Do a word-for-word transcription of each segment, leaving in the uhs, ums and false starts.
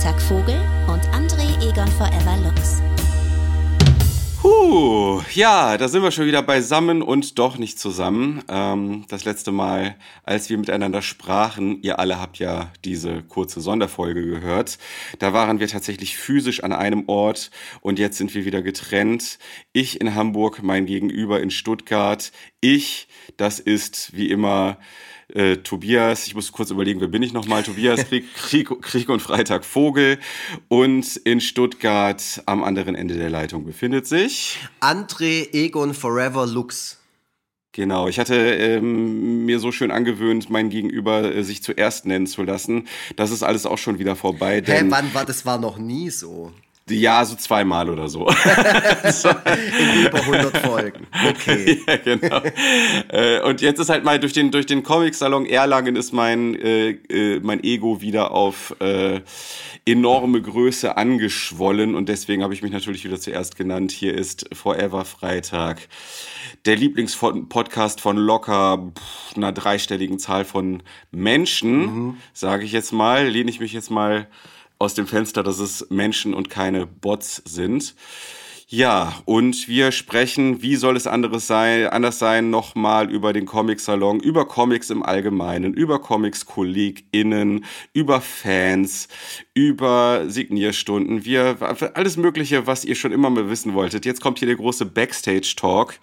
Freitag Vogel und André Egon Forever Lux. Huh, ja, da sind wir schon wieder beisammen und doch nicht zusammen. Ähm, das letzte Mal, als wir miteinander sprachen, ihr alle habt ja diese kurze Sonderfolge gehört, da waren wir tatsächlich physisch an einem Ort und jetzt sind wir wieder getrennt. Ich in Hamburg, mein Gegenüber in Stuttgart. Ich, das ist wie immer Äh, Tobias, ich muss kurz überlegen, wer bin ich nochmal? Tobias Krieg, Krieg, Krieg und Freitag Vogel. Und in Stuttgart am anderen Ende der Leitung befindet sich André Egon Forever Lux. Genau, ich hatte ähm, mir so schön angewöhnt, mein Gegenüber äh, sich zuerst nennen zu lassen. Das ist alles auch schon wieder vorbei. Hä, wann war das? War noch nie so. Ja, so zweimal oder so. so. In über hundert Folgen. Okay. Ja, genau. äh, und jetzt ist halt mal durch den, durch den Comic-Salon Erlangen ist mein, äh, äh, mein Ego wieder auf äh, enorme Größe angeschwollen und deswegen habe ich mich natürlich wieder zuerst genannt. Hier ist Forever Freitag, der Lieblingspodcast von locker pff, einer dreistelligen Zahl von Menschen, mhm. sage ich jetzt mal, lehne ich mich jetzt mal aus dem Fenster, dass es Menschen und keine Bots sind. Ja, und wir sprechen, wie soll es anderes sein, anders sein, nochmal über den Comic-Salon, über Comics im Allgemeinen, über Comics-KollegInnen, über Fans, über Signierstunden, wir, alles Mögliche, was ihr schon immer mal wissen wolltet. Jetzt kommt hier der große Backstage-Talk.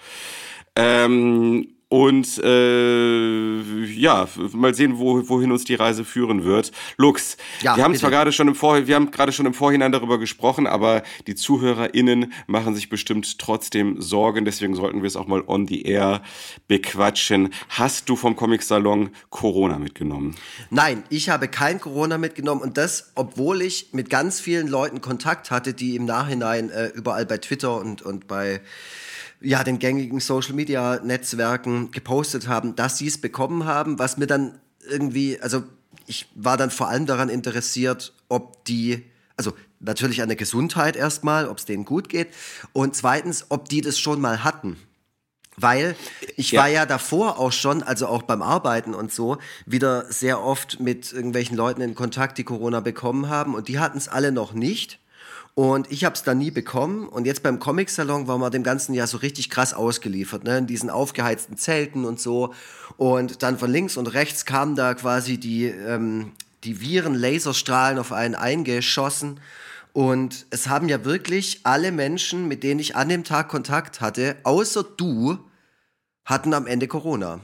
Ähm, Und äh, ja, mal sehen, wo, wohin uns die Reise führen wird. Lux, ja, wir haben zwar gerade schon im Vor- wir haben gerade schon im Vorhinein darüber gesprochen, aber die ZuhörerInnen machen sich bestimmt trotzdem Sorgen. Deswegen sollten wir es auch mal on the air bequatschen. Hast du vom Comic-Salon Corona mitgenommen? Nein, ich habe kein Corona mitgenommen und das, obwohl ich mit ganz vielen Leuten Kontakt hatte, die im Nachhinein äh, überall bei Twitter und, und bei ja, den gängigen Social-Media-Netzwerken gepostet haben, dass sie es bekommen haben, was mir dann irgendwie, also ich war dann vor allem daran interessiert, ob die, also natürlich an der Gesundheit erstmal, ob es denen gut geht und zweitens, ob die das schon mal hatten. Weil ich ja. war ja davor auch schon, also auch beim Arbeiten und so, wieder sehr oft mit irgendwelchen Leuten in Kontakt, die Corona bekommen haben und die hatten es alle noch nicht. Und ich habe es dann nie bekommen. Und jetzt beim Comic-Salon waren wir dem Ganzen ja so richtig krass ausgeliefert, ne? In diesen aufgeheizten Zelten und so. Und dann von links und rechts kamen da quasi die, ähm, die Viren-Laserstrahlen auf einen eingeschossen. Und es haben ja wirklich alle Menschen, mit denen ich an dem Tag Kontakt hatte, außer du, hatten am Ende Corona.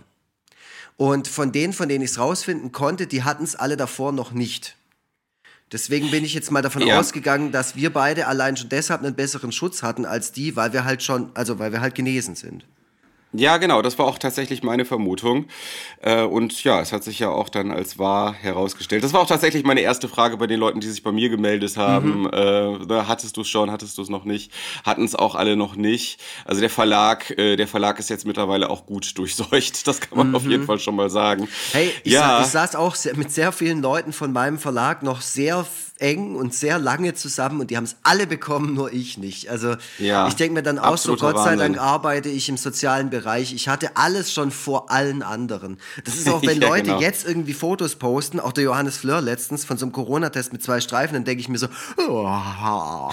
Und von denen, von denen ich es rausfinden konnte, die hatten es alle davor noch nicht. Deswegen bin ich jetzt mal davon ja. ausgegangen, dass wir beide allein schon deshalb einen besseren Schutz hatten als die, weil wir halt schon, also weil wir halt genesen sind. Ja, genau, das war auch tatsächlich meine Vermutung. Äh, und ja, es hat sich ja auch dann als wahr herausgestellt. Das war auch tatsächlich meine erste Frage bei den Leuten, die sich bei mir gemeldet haben. Mhm. Äh, hattest du es schon, hattest du es noch nicht? Hatten es auch alle noch nicht. Also der Verlag, äh, der Verlag ist jetzt mittlerweile auch gut durchseucht. Das kann man mhm. auf jeden Fall schon mal sagen. Hey, ich, ja. sa- ich saß auch sehr, mit sehr vielen Leuten von meinem Verlag noch sehr eng und sehr lange zusammen und die haben es alle bekommen, nur ich nicht. Also ja, ich denke mir dann auch so, Gott sei Dank arbeite ich im sozialen Bereich. Ich hatte alles schon vor allen anderen. Das ist auch, wenn ja, Leute genau. jetzt irgendwie Fotos posten, auch der Johannes Fleur letztens von so einem Corona-Test mit zwei Streifen, dann denke ich mir so, oh. ja,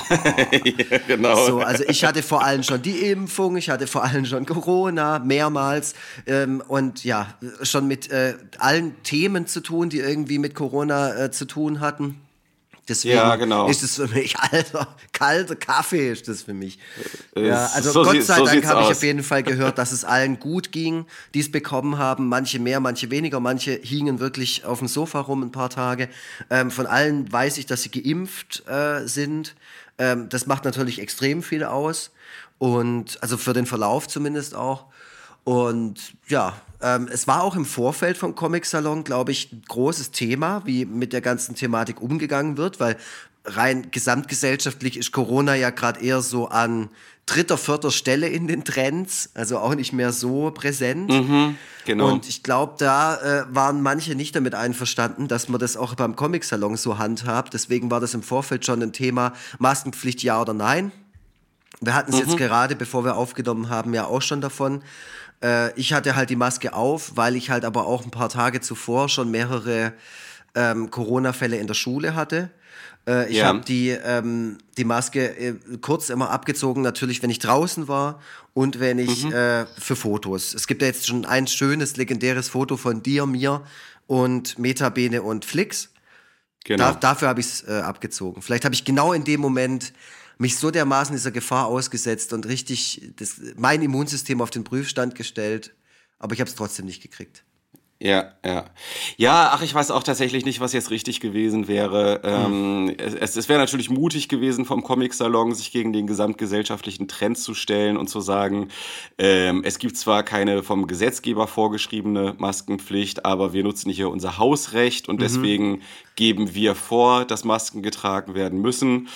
genau. So, also ich hatte vor allem schon die Impfung, ich hatte vor allem schon Corona, mehrmals ähm, und ja, schon mit äh, allen Themen zu tun, die irgendwie mit Corona äh, zu tun hatten. Deswegen ja, genau. ist es für mich, Alter, kalter Kaffee ist das für mich. Äh, ja, also so Gott sei so Dank habe ich auf jeden Fall gehört, dass es allen gut ging, die es bekommen haben. Manche mehr, manche weniger. Manche hingen wirklich auf dem Sofa rum ein paar Tage. Ähm, von allen weiß ich, dass sie geimpft äh, sind. Ähm, das macht natürlich extrem viel aus. Und also für den Verlauf zumindest auch. Und ja, ähm, es war auch im Vorfeld vom Comic-Salon, glaube ich, ein großes Thema, wie mit der ganzen Thematik umgegangen wird, weil rein gesamtgesellschaftlich ist Corona ja gerade eher so an dritter, vierter Stelle in den Trends, also auch nicht mehr so präsent. Mhm, genau. Und ich glaube, da äh, waren manche nicht damit einverstanden, dass man das auch beim Comic-Salon so handhabt. Deswegen war das im Vorfeld schon ein Thema, Maskenpflicht ja oder nein. Wir hatten es mhm. jetzt gerade, bevor wir aufgenommen haben, ja auch schon davon. Äh, ich hatte halt die Maske auf, weil ich halt aber auch ein paar Tage zuvor schon mehrere ähm, Corona-Fälle in der Schule hatte. Äh, ich ja. habe die, ähm, die Maske äh, kurz immer abgezogen, natürlich, wenn ich draußen war und wenn ich mhm. äh, für Fotos. Es gibt ja jetzt schon ein schönes, legendäres Foto von dir, mir und Metabene und Flix. Genau. Da, dafür habe ich es äh, abgezogen. Vielleicht habe ich genau in dem Moment mich so dermaßen dieser Gefahr ausgesetzt und richtig das, mein Immunsystem auf den Prüfstand gestellt, aber ich habe es trotzdem nicht gekriegt. Ja, ja. Ja, ach, ich weiß auch tatsächlich nicht, was jetzt richtig gewesen wäre. Hm. Ähm, es es wäre natürlich mutig gewesen vom Comic-Salon, sich gegen den gesamtgesellschaftlichen Trend zu stellen und zu sagen, ähm, es gibt zwar keine vom Gesetzgeber vorgeschriebene Maskenpflicht, aber wir nutzen hier unser Hausrecht und mhm. deswegen geben wir vor, dass Masken getragen werden müssen.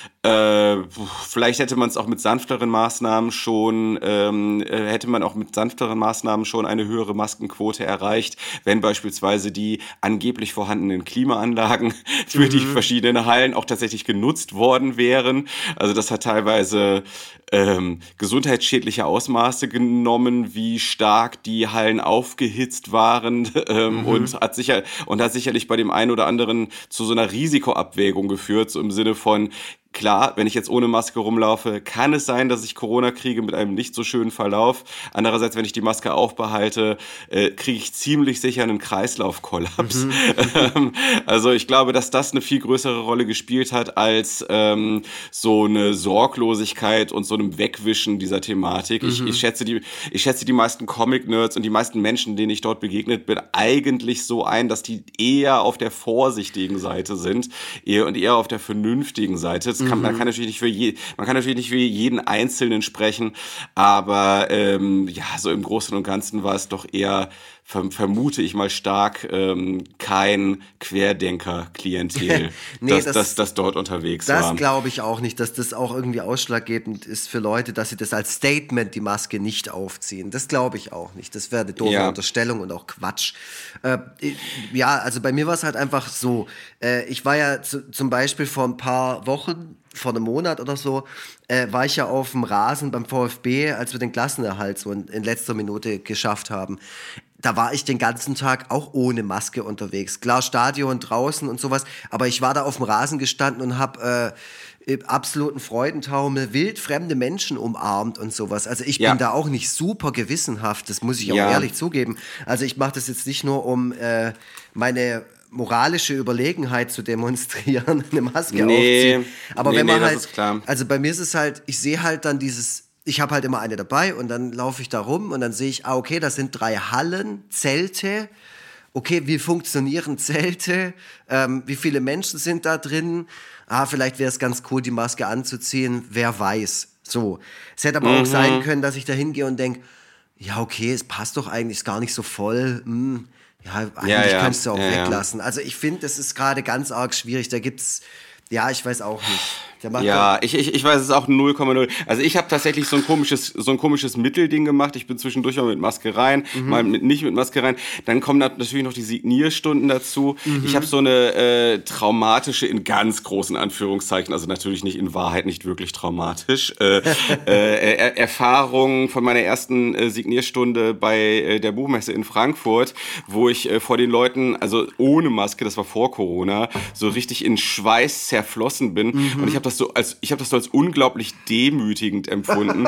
Äh, vielleicht hätte man es auch mit sanfteren Maßnahmen schon, ähm, hätte man auch mit sanfteren Maßnahmen schon eine höhere Maskenquote erreicht, wenn beispielsweise die angeblich vorhandenen Klimaanlagen für mhm. die verschiedenen Hallen auch tatsächlich genutzt worden wären. Also das hat teilweise ähm, gesundheitsschädliche Ausmaße genommen, wie stark die Hallen aufgehitzt waren ähm, mhm. und hat sicher und hat sicherlich bei dem einen oder anderen zu so einer Risikoabwägung geführt, so im Sinne von klar, wenn ich jetzt ohne Maske rumlaufe, kann es sein, dass ich Corona kriege mit einem nicht so schönen Verlauf. Andererseits, wenn ich die Maske aufbehalte, äh, kriege ich ziemlich sicher einen Kreislaufkollaps. Mhm. Also ich glaube, dass das eine viel größere Rolle gespielt hat als ähm, so eine Sorglosigkeit und so einem Wegwischen dieser Thematik. Mhm. Ich, ich schätze die, ich schätze die meisten Comic-Nerds und die meisten Menschen, denen ich dort begegnet bin, eigentlich so ein, dass die eher auf der vorsichtigen Seite sind eher und eher auf der vernünftigen Seite. Das Kann, man, kann natürlich nicht für je, man kann natürlich nicht für jeden Einzelnen sprechen, aber ähm, ja, so im Großen und Ganzen war es doch eher, vermute ich mal stark, ähm, kein Querdenker-Klientel, nee, das, das, das, das dort unterwegs das war. Das glaube ich auch nicht, dass das auch irgendwie ausschlaggebend ist für Leute, dass sie das als Statement, die Maske, nicht aufziehen. Das glaube ich auch nicht. Das wäre eine doofe ja. Unterstellung und auch Quatsch. Äh, ja, also bei mir war es halt einfach so. Äh, ich war ja zu, zum Beispiel vor ein paar Wochen, vor einem Monat oder so, äh, war ich ja auf dem Rasen beim VfB, als wir den Klassenerhalt so in, in letzter Minute geschafft haben. Da war ich den ganzen Tag auch ohne Maske unterwegs. Klar, Stadion draußen und sowas, aber ich war da auf dem Rasen gestanden und habe äh, absoluten Freudentaumel, wildfremde Menschen umarmt und sowas. Also ich ja. bin da auch nicht super gewissenhaft, das muss ich auch ja. ehrlich zugeben. Also ich mache das jetzt nicht nur, um äh, meine moralische Überlegenheit zu demonstrieren, eine Maske nee, aufziehen. Aber nee, wenn man nee, halt, das ist klar. Also bei mir ist es halt, ich sehe halt dann dieses, ich habe halt immer eine dabei und dann laufe ich da rum und dann sehe ich, ah, okay, das sind drei Hallen, Zelte. Okay, wie funktionieren Zelte? Ähm, wie viele Menschen sind da drin? Ah, vielleicht wäre es ganz cool, die Maske anzuziehen. Wer weiß. So. Es hätte aber mhm. auch sein können, dass ich da hingehe und denke, ja, okay, es passt doch eigentlich, ist gar nicht so voll. Hm. Ja, eigentlich ja, ja. könntest du auch ja, weglassen. Ja. Also ich finde, das ist gerade ganz arg schwierig. Da gibt's, ja, ich weiß auch nicht. Ja, ich, ich, ich weiß es auch null Komma null. Also ich habe tatsächlich so ein komisches so ein komisches Mittelding gemacht. Ich bin zwischendurch mal mit Maske rein, mhm. mal mit, nicht mit Maske rein. Dann kommen natürlich noch die Signierstunden dazu. Mhm. Ich habe so eine äh, traumatische, in ganz großen Anführungszeichen, also natürlich nicht in Wahrheit nicht wirklich traumatisch, äh, äh, er, Erfahrung von meiner ersten äh, Signierstunde bei äh, der Buchmesse in Frankfurt, wo ich äh, vor den Leuten, also ohne Maske, das war vor Corona, so richtig in Schweiß zerflossen bin. Mhm. Und ich habe das so als ich habe das so als unglaublich demütigend empfunden,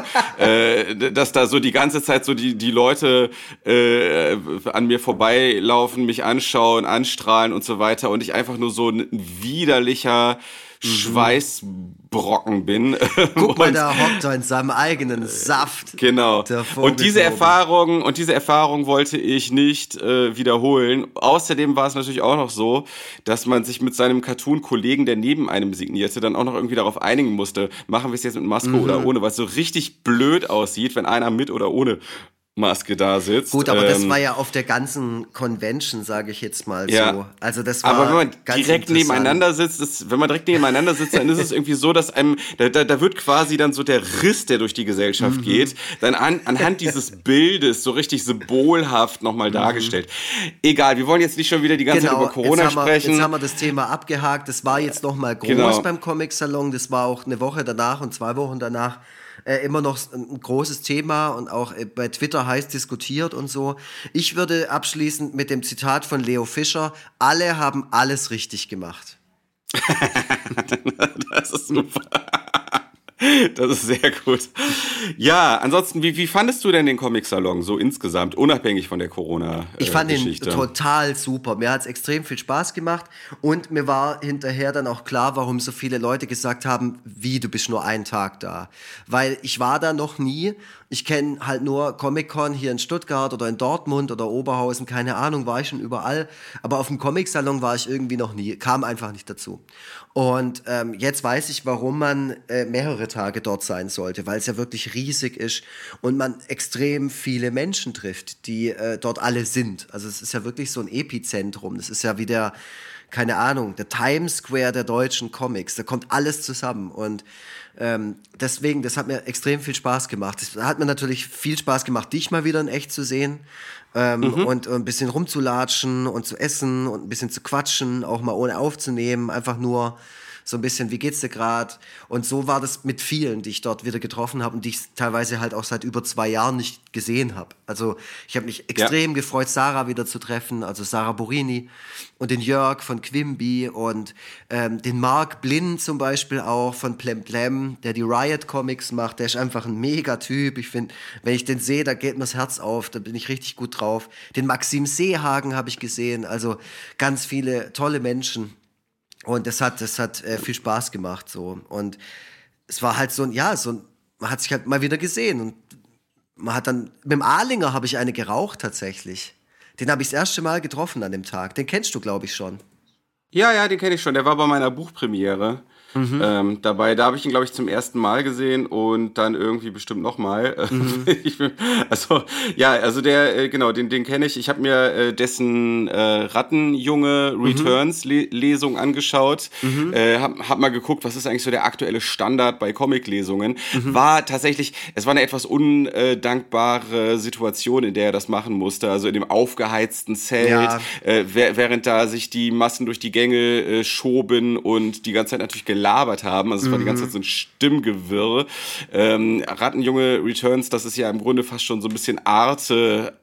äh, dass da so die ganze Zeit so die die Leute äh, an mir vorbeilaufen, mich anschauen, anstrahlen und so weiter und ich einfach nur so ein widerlicher Schweißbrocken bin. Guck mal, da hockt er in seinem eigenen Saft. Genau. Und diese Erfahrung, und diese Erfahrung wollte ich nicht äh, wiederholen. Außerdem war es natürlich auch noch so, dass man sich mit seinem Cartoon-Kollegen, der neben einem signierte, dann auch noch irgendwie darauf einigen musste, machen wir es jetzt mit Maske mhm. oder ohne, weil es so richtig blöd aussieht, wenn einer mit oder ohne Maske da sitzt. Gut, aber ähm, das war ja auf der ganzen Convention, sage ich jetzt mal ja. so. Also das war aber wenn man direkt nebeneinander sitzt, ist, wenn man direkt nebeneinander sitzt, dann ist es irgendwie so, dass einem, da, da, da wird quasi dann so der Riss, der durch die Gesellschaft mhm. geht, dann an, anhand dieses Bildes so richtig symbolhaft nochmal mhm. dargestellt. Egal, wir wollen jetzt nicht schon wieder die ganze genau. Zeit über Corona jetzt wir, sprechen. Jetzt haben wir das Thema abgehakt. Das war jetzt nochmal groß genau. beim Comic-Salon. Das war auch eine Woche danach und zwei Wochen danach äh, immer noch ein großes Thema und auch äh, bei Twitter heiß diskutiert und so. Ich würde abschließend mit dem Zitat von Leo Fischer: Alle haben alles richtig gemacht. Das ist super. Das ist sehr gut. Ja, ansonsten, wie, wie fandest du denn den Comic-Salon so insgesamt, unabhängig von der Corona-Geschichte? Ich fand ihn total super. Mir hat es extrem viel Spaß gemacht und mir war hinterher dann auch klar, warum so viele Leute gesagt haben, wie, du bist nur einen Tag da. Weil ich war da noch nie. Ich kenne halt nur Comic-Con hier in Stuttgart oder in Dortmund oder Oberhausen, keine Ahnung, war ich schon überall. Aber auf dem Comic-Salon war ich irgendwie noch nie, kam einfach nicht dazu. Und ähm, jetzt weiß ich, warum man äh, mehrere Tage dort sein sollte, weil es ja wirklich riesig ist und man extrem viele Menschen trifft, die äh, dort alle sind. Also es ist ja wirklich so ein Epizentrum. Das ist ja wie der, keine Ahnung, der Times Square der deutschen Comics. Da kommt alles zusammen und ähm, deswegen, das hat mir extrem viel Spaß gemacht. Es hat mir natürlich viel Spaß gemacht, dich mal wieder in echt zu sehen. Ähm, mhm. und, und ein bisschen rumzulatschen und zu essen und ein bisschen zu quatschen, auch mal ohne aufzunehmen, einfach nur so ein bisschen, wie geht's dir gerade? Und so war das mit vielen, die ich dort wieder getroffen habe und die ich teilweise halt auch seit über zwei Jahren nicht gesehen habe. Also ich habe mich extrem ja. gefreut, Sarah wieder zu treffen, also Sarah Borini und den Jörg von Quimby und ähm, den Mark Blinn zum Beispiel auch von Plem Plem, der die Riot Comics macht. Der ist einfach ein Megatyp. Ich finde, wenn ich den sehe, da geht mir das Herz auf, da bin ich richtig gut drauf. Den Maxim Seehagen habe ich gesehen, also ganz viele tolle Menschen. Und das hat, das hat äh, viel Spaß gemacht, so. Und es war halt so ein, ja, so ein, man hat sich halt mal wieder gesehen. Und man hat dann, mit dem Ahlinger habe ich eine geraucht tatsächlich. Den habe ich das erste Mal getroffen an dem Tag. Den kennst du, glaube ich, schon. Ja, ja, den kenne ich schon. Der war bei meiner Buchpremiere mhm. ähm, dabei. Da habe ich ihn, glaube ich, zum ersten Mal gesehen und dann irgendwie bestimmt nochmal. Mhm. also, ja, also der, äh, genau, den, den kenne ich. Ich habe mir äh, dessen äh, Rattenjunge Returns-Lesung angeschaut. Mhm. Äh, hab, hab mal geguckt, was ist eigentlich so der aktuelle Standard bei Comic-Lesungen. Mhm. War tatsächlich, es war eine etwas undankbare Situation, in der er das machen musste. Also in dem aufgeheizten Zelt, ja. äh, während da sich die Massen durch die Gänge äh, schoben und die ganze Zeit natürlich gelabert haben. Also es mhm. war die ganze Zeit so ein Stimmgewirr. Ähm, Rattenjunge Returns, das ist ja im Grunde fast schon so ein bisschen Arte,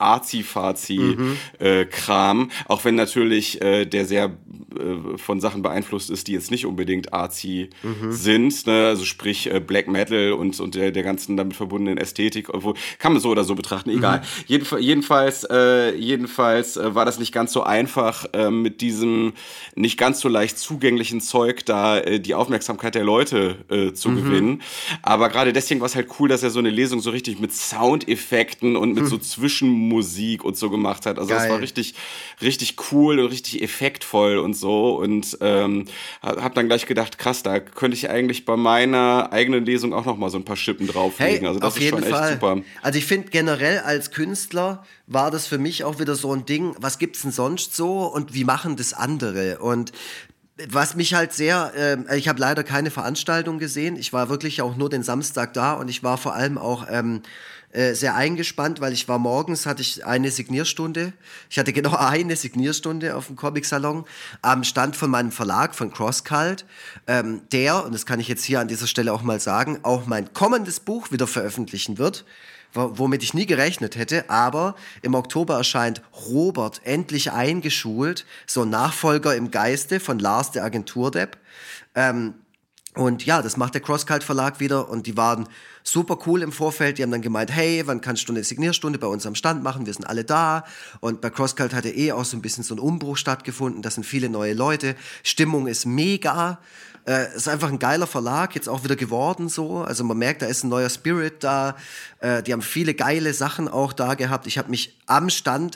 Arzi-Fazi-Kram. Mhm. Äh, auch wenn natürlich äh, der sehr äh, von Sachen beeinflusst ist, die jetzt nicht unbedingt Arzi mhm. sind. Ne? Also sprich äh, Black Metal und, und der, der ganzen damit verbundenen Ästhetik. Obwohl, kann man so oder so betrachten, egal. Mhm. Jedenf- jedenfalls äh, jedenfalls äh, war das nicht ganz so einfach, äh, mit diesem nicht ganz so leicht zugänglichen Zeug da äh, die Aufmerksamkeit der Leute äh, zu mhm. gewinnen. Aber gerade deswegen war es halt cool, dass er so eine Lesung so richtig mit Soundeffekten und mit mhm. so Zwischenmusik und so gemacht hat. Also Geil. Das war richtig, richtig cool und richtig effektvoll und so. Und ähm, hab dann gleich gedacht, krass, da könnte ich eigentlich bei meiner eigenen Lesung auch noch mal so ein paar Schippen drauflegen. Hey, also das auf ist jeden schon echt Fall. super. Also ich finde generell als Künstler war das für mich auch wieder so ein Ding, was gibt's denn sonst so und wie machen das andere? Und was mich halt sehr, äh, ich habe leider keine Veranstaltung gesehen, ich war wirklich auch nur den Samstag da und ich war vor allem auch ähm, äh, sehr eingespannt, weil ich war morgens, hatte ich eine Signierstunde, ich hatte genau eine Signierstunde auf dem Comic-Salon am Stand von meinem Verlag, von CrossCult, ähm, der, und das kann ich jetzt hier an dieser Stelle auch mal sagen, auch mein kommendes Buch wieder veröffentlichen wird, womit ich nie gerechnet hätte, aber im Oktober erscheint Robert, endlich eingeschult, so ein Nachfolger im Geiste von Lars, der Agenturdepp. Ähm, und ja, das macht der CrossCult Verlag wieder und die waren super cool im Vorfeld. Die haben dann gemeint, hey, wann kannst du eine Signierstunde bei uns am Stand machen? Wir sind alle da. Und bei CrossCult hatte eh auch so ein bisschen so ein Umbruch stattgefunden. Das sind viele neue Leute. Stimmung ist mega. Äh, ist einfach ein geiler Verlag, jetzt auch wieder geworden so. Also man merkt, da ist ein neuer Spirit da. Äh, die haben viele geile Sachen auch da gehabt. Ich habe mich am Stand,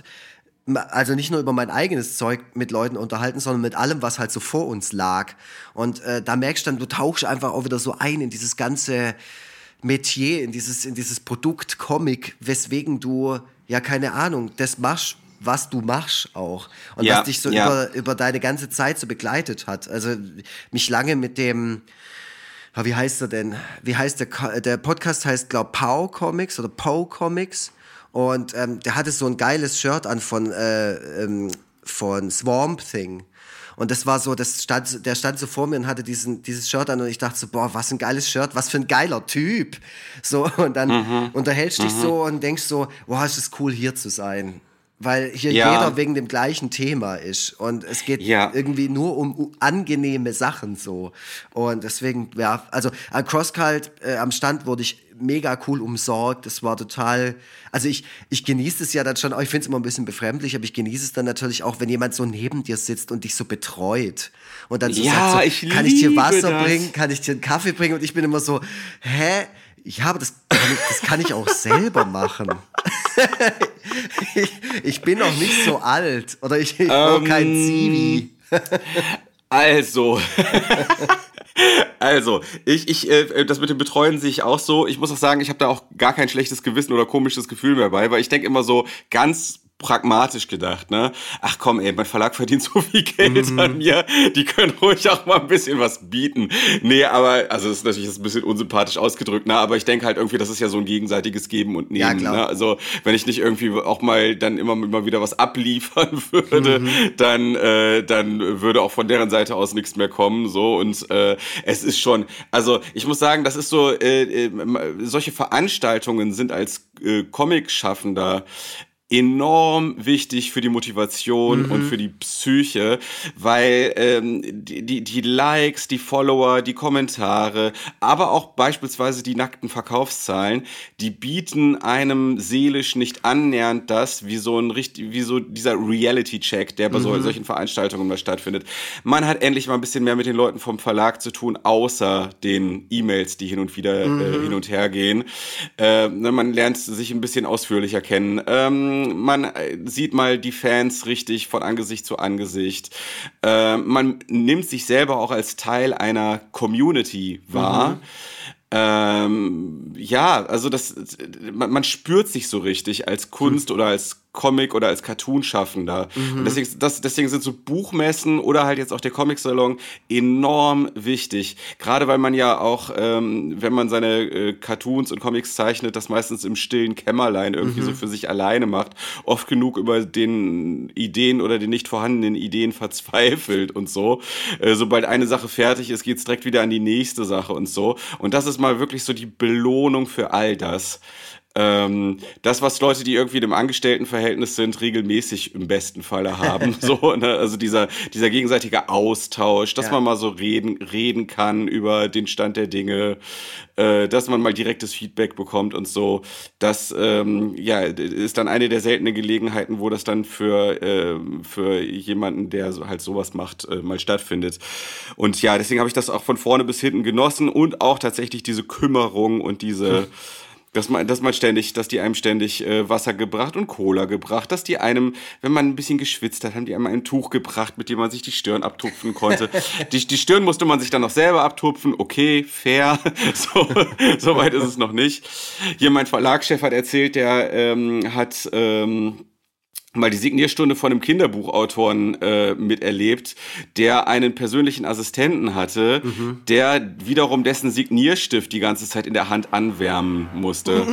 also nicht nur über mein eigenes Zeug mit Leuten unterhalten, sondern mit allem, was halt so vor uns lag. Und äh, da merkst du dann, du tauchst einfach auch wieder so ein in dieses ganze Metier, in dieses, in dieses Produkt Comic, weswegen du, ja keine Ahnung, das machst, was du machst auch und ja, was dich so ja. über, über deine ganze Zeit so begleitet hat. Also mich lange mit dem, wie heißt er denn? Wie heißt der, der Podcast heißt, glaube ich, Pow Comics oder Pow Comics und ähm, der hatte so ein geiles Shirt an von, äh, ähm, von Swamp Thing. Und das war so, das stand, der stand so vor mir und hatte diesen, dieses Shirt an und ich dachte so, boah, was ein geiles Shirt, was für ein geiler Typ. So, und dann mhm. unterhältst dich mhm. so und denkst so, boah, ist es cool, hier zu sein. Weil hier ja. jeder wegen dem gleichen Thema ist und es geht ja. irgendwie nur um angenehme Sachen so und deswegen, ja, also am CrossCult äh, am Stand wurde ich mega cool umsorgt, das war total, also ich, ich genieße es ja dann schon, auch ich finde es immer ein bisschen befremdlich, aber ich genieße es dann natürlich auch, wenn jemand so neben dir sitzt und dich so betreut und dann so ja, sagt, so, ich kann ich dir Wasser das. bringen, kann ich dir einen Kaffee bringen und ich bin immer so, hä? Ja, aber das kann ich, das kann ich auch selber machen. ich, ich bin noch nicht so alt. Oder ich, ich brauche ähm, kein Zivi. Also. Also, ich, ich, äh, das mit dem Betreuen sehe ich auch so. Ich muss auch sagen, ich habe da auch gar kein schlechtes Gewissen oder komisches Gefühl mehr bei, weil ich denke immer so ganz pragmatisch gedacht, ne? Ach komm, ey, mein Verlag verdient so viel Geld mhm. an mir, die können ruhig auch mal ein bisschen was bieten. Nee, aber, also das ist natürlich ein bisschen unsympathisch ausgedrückt, ne? Aber ich denke halt irgendwie, das ist ja so ein gegenseitiges Geben und Nehmen, ja, klar. Ne? Also, wenn ich nicht irgendwie auch mal dann immer, immer wieder was abliefern würde, mhm. dann, äh, dann würde auch von deren Seite aus nichts mehr kommen, so. Und äh, es ist schon, also ich muss sagen, das ist so, äh, äh, solche Veranstaltungen sind als äh, Comic-Schaffender enorm wichtig für die Motivation mhm. und für die Psyche, weil ähm, die, die, die Likes, die Follower, die Kommentare, aber auch beispielsweise die nackten Verkaufszahlen, die bieten einem seelisch nicht annähernd das, wie so ein richtig, wie so dieser Reality-Check, der bei mhm. so, solchen Veranstaltungen mal stattfindet. Man hat endlich mal ein bisschen mehr mit den Leuten vom Verlag zu tun, außer den E-Mails, die hin und wieder mhm. äh, hin und her gehen. Äh, man lernt sich ein bisschen ausführlicher kennen. Ähm, Man sieht mal die Fans richtig von Angesicht zu Angesicht. Äh, man nimmt sich selber auch als Teil einer Community wahr. Mhm. Ähm, ja, also das, man, man spürt sich so richtig als Kunst mhm. oder als Comic- oder als Cartoon-Schaffender. Mhm. Und deswegen, das, deswegen sind so Buchmessen oder halt jetzt auch der Comic-Salon enorm wichtig. Gerade weil man ja auch, ähm, wenn man seine äh, Cartoons und Comics zeichnet, das meistens im stillen Kämmerlein irgendwie mhm. so für sich alleine macht, oft genug über den Ideen oder den nicht vorhandenen Ideen verzweifelt und so. Äh, sobald eine Sache fertig ist, geht's direkt wieder an die nächste Sache und so. Und das ist mal wirklich so die Belohnung für all das. Ähm, das, was Leute, die irgendwie in einem Angestelltenverhältnis sind, regelmäßig im besten Falle haben. So, ne? Also dieser, dieser gegenseitige Austausch, dass ja. man mal so reden, reden kann über den Stand der Dinge, äh, dass man mal direktes Feedback bekommt und so. Das ähm, ja, ist dann eine der seltenen Gelegenheiten, wo das dann für, äh, für jemanden, der so, halt sowas macht, äh, mal stattfindet. Und ja, deswegen habe ich das auch von vorne bis hinten genossen und auch tatsächlich diese Kümmerung und diese hm. Dass man, dass man ständig, dass die einem ständig äh, Wasser gebracht und Cola gebracht, dass die einem, wenn man ein bisschen geschwitzt hat, haben die einem ein Tuch gebracht, mit dem man sich die Stirn abtupfen konnte. die, die Stirn musste man sich dann noch selber abtupfen, okay, fair, so, so weit ist es noch nicht. Hier mein Verlagschef hat erzählt, der ähm, hat ähm, mal die Signierstunde von einem Kinderbuchautoren äh, miterlebt, der einen persönlichen Assistenten hatte, mhm. der wiederum dessen Signierstift die ganze Zeit in der Hand anwärmen musste.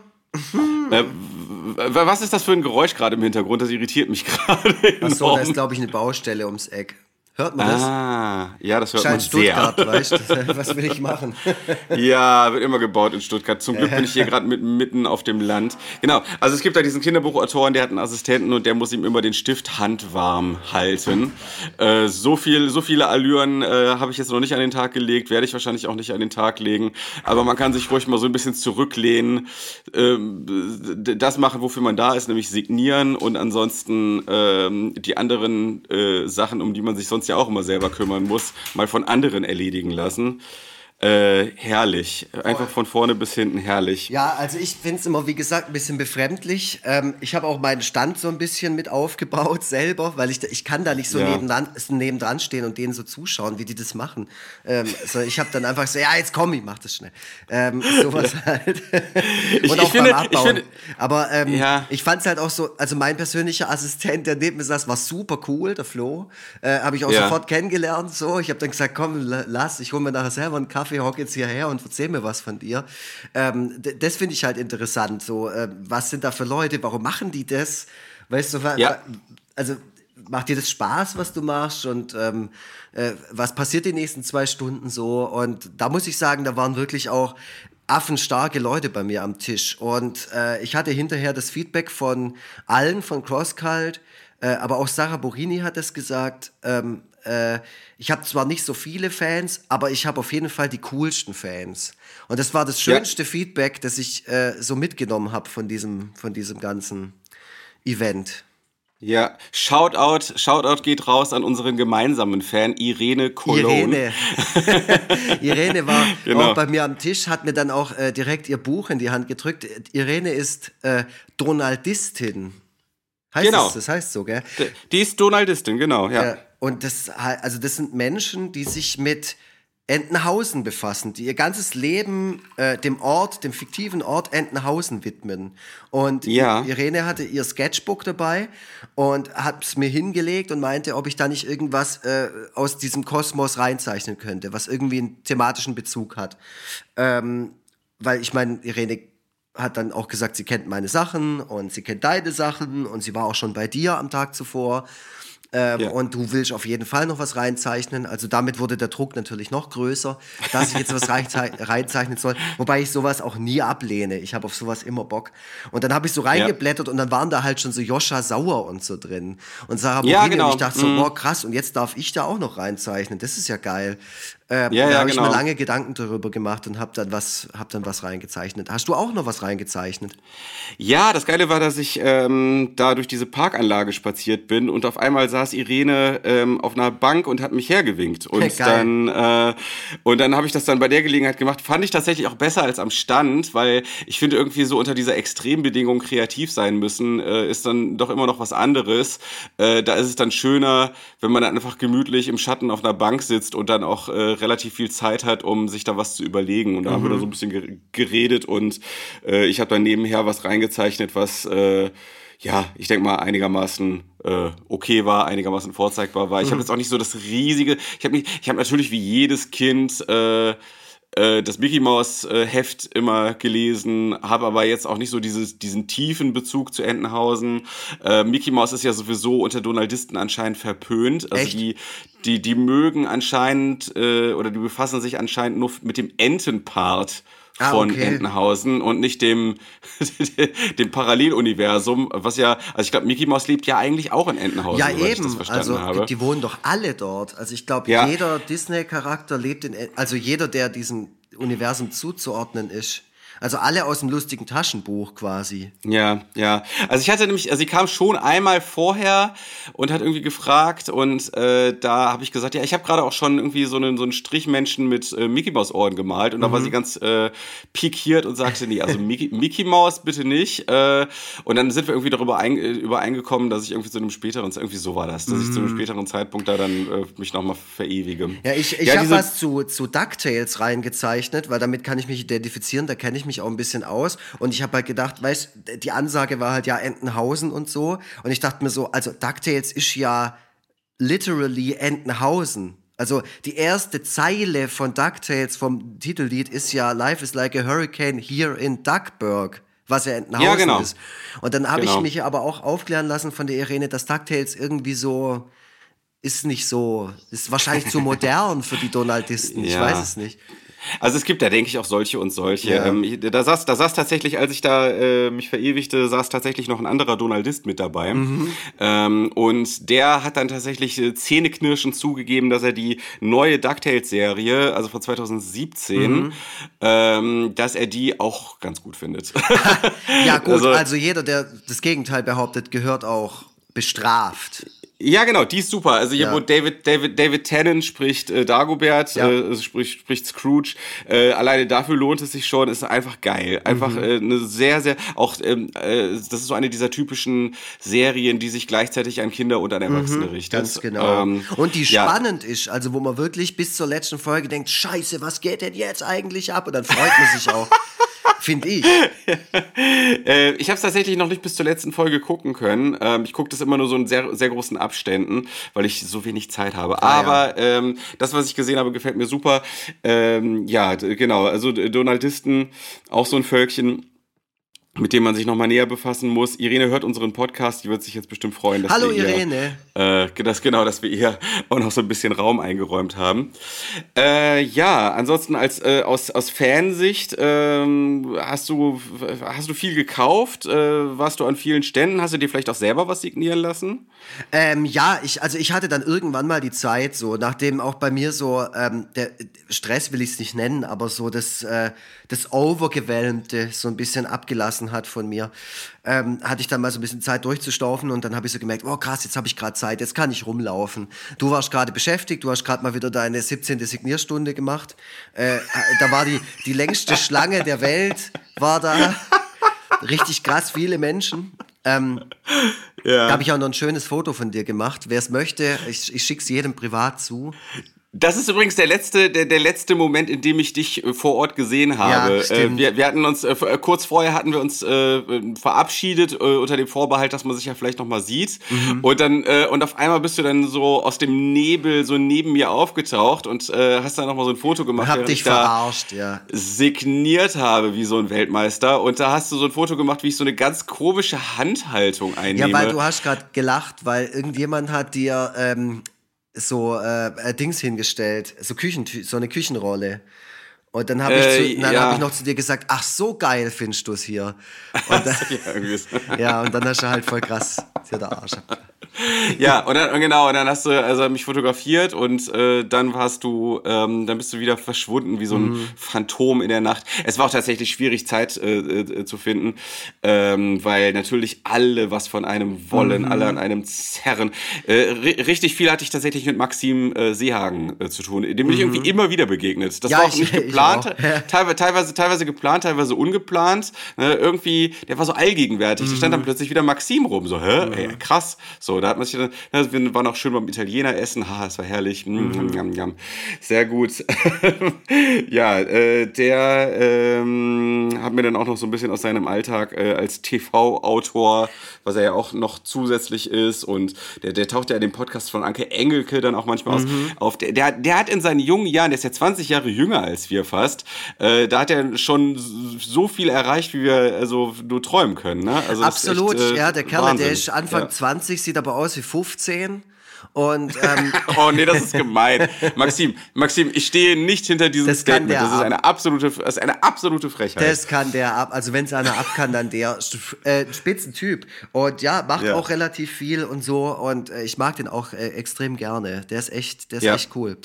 äh, was ist das für ein Geräusch gerade im Hintergrund? Das irritiert mich gerade. Achso, da ist, glaube ich, eine Baustelle ums Eck. Hört man das? Ah, ja, das hört Scheint man sehr. Stuttgart, weißt du? Was will ich machen? Ja, wird immer gebaut in Stuttgart. Zum Glück bin ich hier gerade mit, mitten auf dem Land. Genau, also es gibt da diesen Kinderbuchautoren, der hat einen Assistenten und der muss ihm immer den Stift handwarm halten. Äh, so viel, so viele Allüren äh, habe ich jetzt noch nicht an den Tag gelegt, werde ich wahrscheinlich auch nicht an den Tag legen. Aber man kann sich ruhig mal so ein bisschen zurücklehnen, äh, das machen, wofür man da ist, nämlich signieren und ansonsten äh, die anderen äh, Sachen, um die man sich sonst ja auch immer selber kümmern muss, mal von anderen erledigen lassen. Äh, herrlich. Einfach von vorne bis hinten herrlich. Ja, also ich finde es immer, wie gesagt, ein bisschen befremdlich. Ähm, ich habe auch meinen Stand so ein bisschen mit aufgebaut selber, weil ich, ich kann da nicht so ja. nebendran, nebendran stehen und denen so zuschauen, wie die das machen. Ähm, also ich habe dann einfach so, ja, jetzt komm, ich mach das schnell. Ähm, sowas ja. halt. und ich, auch ich finde, beim Abbauen. Ich finde, Aber ähm, ja. ich fand es halt auch so, also mein persönlicher Assistent, der neben mir saß, war super cool, der Flo. Äh, habe ich auch ja. sofort kennengelernt. So, ich habe dann gesagt, komm, lass, ich hole mir nachher selber einen Kaffee, hock jetzt hierher und erzähl mir was von dir. Ähm, d- das finde ich halt interessant. So, äh, was sind da für Leute? Warum machen die das? Weißt du, wa- ja. also macht dir das Spaß, was du machst und ähm, äh, was passiert die nächsten zwei Stunden so? Und da muss ich sagen, da waren wirklich auch affenstarke Leute bei mir am Tisch. Und äh, ich hatte hinterher das Feedback von allen, von CrossCult, äh, aber auch Sarah Borini hat es gesagt, ähm, äh, ich habe zwar nicht so viele Fans, aber ich habe auf jeden Fall die coolsten Fans. Und das war das schönste ja. Feedback, das ich äh, so mitgenommen habe von diesem, von diesem ganzen Event. Ja, Shoutout, Shoutout geht raus an unseren gemeinsamen Fan, Irene Cologne. Irene. Irene war genau. auch bei mir am Tisch, hat mir dann auch äh, direkt ihr Buch in die Hand gedrückt. Irene ist äh, Donaldistin. Heißt genau. Das, das heißt so, gell? Die ist Donaldistin, genau, ja. Äh, und das, also das sind Menschen, die sich mit Entenhausen befassen, die ihr ganzes Leben äh, dem Ort, dem fiktiven Ort Entenhausen widmen. Und ja. Irene hatte ihr Sketchbook dabei und hat es mir hingelegt und meinte, ob ich da nicht irgendwas äh, aus diesem Kosmos reinzeichnen könnte, was irgendwie einen thematischen Bezug hat. Ähm, weil ich meine, Irene hat dann auch gesagt, sie kennt meine Sachen und sie kennt deine Sachen und sie war auch schon bei dir am Tag zuvor. Ähm, ja. Und du willst auf jeden Fall noch was reinzeichnen. Also damit wurde der Druck natürlich noch größer, dass ich jetzt was reinzeichnen soll. Wobei ich sowas auch nie ablehne. Ich habe auf sowas immer Bock. Und dann habe ich so reingeblättert ja. und dann waren da halt schon so Joscha Sauer und so drin. Und Sarah Borini. Ja, genau. Und ich dachte so, mhm. boah, krass. Und jetzt darf ich da auch noch reinzeichnen. Das ist ja geil. Ähm, ja, da ja, habe genau. ich mir lange Gedanken darüber gemacht und habe dann was, hab dann was reingezeichnet. Hast du auch noch was reingezeichnet? Ja, das Geile war, dass ich ähm, da durch diese Parkanlage spaziert bin und auf einmal saß Irene ähm, auf einer Bank und hat mich hergewinkt. Und Geil. dann äh, und dann habe ich das dann bei der Gelegenheit gemacht. Fand ich tatsächlich auch besser als am Stand, weil ich finde irgendwie so unter dieser Extrembedingung kreativ sein müssen, äh, ist dann doch immer noch was anderes. Äh, da ist es dann schöner, wenn man dann einfach gemütlich im Schatten auf einer Bank sitzt und dann auch äh, relativ viel Zeit hat, um sich da was zu überlegen. Und da mhm. haben wir da so ein bisschen geredet und äh, ich habe dann nebenher was reingezeichnet, was, äh, ja, ich denke mal einigermaßen äh, okay war, einigermaßen vorzeigbar war. Ich habe jetzt auch nicht so das riesige, ich habe nicht, ich habe natürlich wie jedes Kind äh, das Mickey Mouse Heft immer gelesen, habe aber jetzt auch nicht so dieses, diesen tiefen Bezug zu Entenhausen. Äh, Mickey Mouse ist ja sowieso unter Donaldisten anscheinend verpönt. Also Echt? die die die mögen anscheinend äh, oder die befassen sich anscheinend nur mit dem Entenpart Ah, von okay. Entenhausen und nicht dem, dem Paralleluniversum, was ja, also ich glaube, Mickey Mouse lebt ja eigentlich auch in Entenhausen, ja, soweit eben. ich das verstanden also, habe. Die wohnen doch alle dort. Also ich glaube, ja. jeder Disney-Charakter lebt in, also jeder, der diesem Universum zuzuordnen ist. Also alle aus dem lustigen Taschenbuch quasi. Ja, ja. Also ich hatte nämlich, also sie kam schon einmal vorher und hat irgendwie gefragt und äh, da habe ich gesagt, ja, ich habe gerade auch schon irgendwie so einen so einen Strichmenschen mit äh, Mickey Maus Ohren gemalt und mhm. da war sie ganz äh, pikiert und sagte, nee, also Mickey, Mickey Maus bitte nicht. Äh, und dann sind wir irgendwie darüber ein, übereingekommen, dass ich irgendwie zu einem späteren, irgendwie so war das, dass mhm. ich zu einem späteren Zeitpunkt da dann äh, mich nochmal verewige. Ja, ich, ich ja, habe was zu, zu DuckTales reingezeichnet, weil damit kann ich mich identifizieren, da kenne ich mich auch ein bisschen aus und ich habe halt gedacht, weißt, die Ansage war halt ja Entenhausen und so und ich dachte mir so, also DuckTales ist ja literally Entenhausen. Also die erste Zeile von DuckTales vom Titellied ist ja Life is like a hurricane here in Duckburg, was ja Entenhausen ja, genau. ist. Und dann habe genau. ich mich aber auch aufklären lassen von der Irene, dass DuckTales irgendwie so ist nicht so, ist wahrscheinlich zu modern für die Donaldisten, ja. ich weiß es nicht. Also es gibt da, denke ich, auch solche und solche. Ja. Ähm, da, saß, da saß tatsächlich, als ich da äh, mich verewigte, saß tatsächlich noch ein anderer Donaldist mit dabei. Mhm. Ähm, und der hat dann tatsächlich äh, zähneknirschend zugegeben, dass er die neue DuckTales-Serie, also von zwanzig siebzehn, mhm. ähm, dass er die auch ganz gut findet. Ja gut, also, also jeder, der das Gegenteil behauptet, gehört auch bestraft. Ja, genau, die ist super. Also hier, ja. wo David, David, David Tennant spricht äh, Dagobert, ja. äh, spricht, spricht Scrooge. Äh, alleine dafür lohnt es sich schon. Ist einfach geil. Einfach mhm. äh, eine sehr, sehr, auch, ähm, äh, das ist so eine dieser typischen Serien, die sich gleichzeitig an Kinder und an Erwachsene mhm, richtet. Ganz genau. Ähm, und die ja. spannend ist, also wo man wirklich bis zur letzten Folge denkt, scheiße, was geht denn jetzt eigentlich ab? Und dann freut man sich auch. Finde ich. äh, ich habe es tatsächlich noch nicht bis zur letzten Folge gucken können. Ähm, ich gucke das immer nur so in sehr, sehr großen Abständen, weil ich so wenig Zeit habe. Ah, Aber ja. ähm, das, was ich gesehen habe, gefällt mir super. Ähm, ja, d- genau. Also Donaldisten, auch so ein Völkchen. mit dem man sich nochmal näher befassen muss. Irene hört unseren Podcast, die wird sich jetzt bestimmt freuen, dass Hallo wir Irene. Ihr, äh, das, genau, dass wir ihr auch noch so ein bisschen Raum eingeräumt haben. Äh, ja, ansonsten als äh, aus, aus Fansicht, ähm, hast du hast du viel gekauft? Äh, warst du an vielen Ständen? Hast du dir vielleicht auch selber was signieren lassen? Ähm, ja, ich, also ich hatte dann irgendwann mal die Zeit, so nachdem auch bei mir so ähm, der Stress will ich es nicht nennen, aber so das, äh, das Overgewälmte so ein bisschen abgelassen hat von mir, ähm, hatte ich dann mal so ein bisschen Zeit durchzustaufen und dann habe ich so gemerkt, oh krass, jetzt habe ich gerade Zeit, jetzt kann ich rumlaufen. Du warst gerade beschäftigt, du hast gerade mal wieder deine siebzehnte Signierstunde gemacht. Äh, da war die, die längste Schlange der Welt, war da. Richtig krass, viele Menschen. Ähm, ja. Da habe ich auch noch ein schönes Foto von dir gemacht. Wer es möchte, ich, ich schicke es jedem privat zu. Das ist übrigens der letzte, der, der letzte Moment, in dem ich dich äh, vor Ort gesehen habe. Ja, äh, wir, wir hatten uns, äh, kurz vorher hatten wir uns äh, verabschiedet, äh, unter dem Vorbehalt, dass man sich ja vielleicht noch mal sieht. Mhm. Und dann, äh, und auf einmal bist du dann so aus dem Nebel so neben mir aufgetaucht und äh, hast dann noch mal so ein Foto gemacht, hab dich ich verarscht, ja. signiert habe wie so ein Weltmeister. Und da hast du so ein Foto gemacht, wie ich so eine ganz komische Handhaltung einnehme. Ja, weil du hast gerade gelacht, weil irgendjemand hat dir ähm, so äh, Dings hingestellt, so Küchen, so eine Küchenrolle. Und dann habe äh, ich, zu, dann ja. hab ich noch zu dir gesagt, ach, so geil findest du es hier. Und dann, ja, und dann hast du halt voll krass dir der Arsch ab. Ja, und dann, genau, und dann hast du also mich fotografiert und äh, dann warst du, ähm, dann bist du wieder verschwunden wie so ein mhm. Phantom in der Nacht. Es war auch tatsächlich schwierig, Zeit äh, äh, zu finden, ähm, weil natürlich alle was von einem wollen, mhm. alle an einem zerren. Äh, r- richtig viel hatte ich tatsächlich mit Maxim äh, Seehagen äh, zu tun, dem bin mhm. ich irgendwie immer wieder begegnet. Das ja, war auch ich, nicht geplant, auch. teilweise, teilweise, teilweise geplant, teilweise ungeplant. Ne? Irgendwie, der war so allgegenwärtig. Mhm. Da stand dann plötzlich wieder Maxim rum, so, hä, mhm. ey, krass, so. Da hat man sich dann, ne, wir waren auch schön beim Italiener essen, ha, es war herrlich, mm, mm, mm, mm. Sehr gut. Ja, äh, der ähm, hat mir dann auch noch so ein bisschen aus seinem Alltag äh, als T V-Autor, was er ja auch noch zusätzlich ist, und der, der taucht ja in dem Podcast von Anke Engelke dann auch manchmal mhm. aus, auf. Der, der, der hat in seinen jungen Jahren, der ist ja zwanzig Jahre jünger als wir fast, äh, da hat er schon so viel erreicht, wie wir also nur träumen können. Ne? Also absolut, echt, äh, ja, der Kerl, Wahnsinn. Der ist Anfang ja. zwanzig, sieht aber aus wie fünfzehn. Und, ähm, oh nee, das ist gemein. Maxim, Maxim, ich stehe nicht hinter diesem das Statement. Das ist eine absolute, das ist eine absolute Frechheit. Das kann der ab. Also wenn es einer ab kann, dann der äh, Spitzentyp. Und ja, macht ja. auch relativ viel und so. Und äh, ich mag den auch äh, extrem gerne. Der ist echt, der ist ja. echt cool.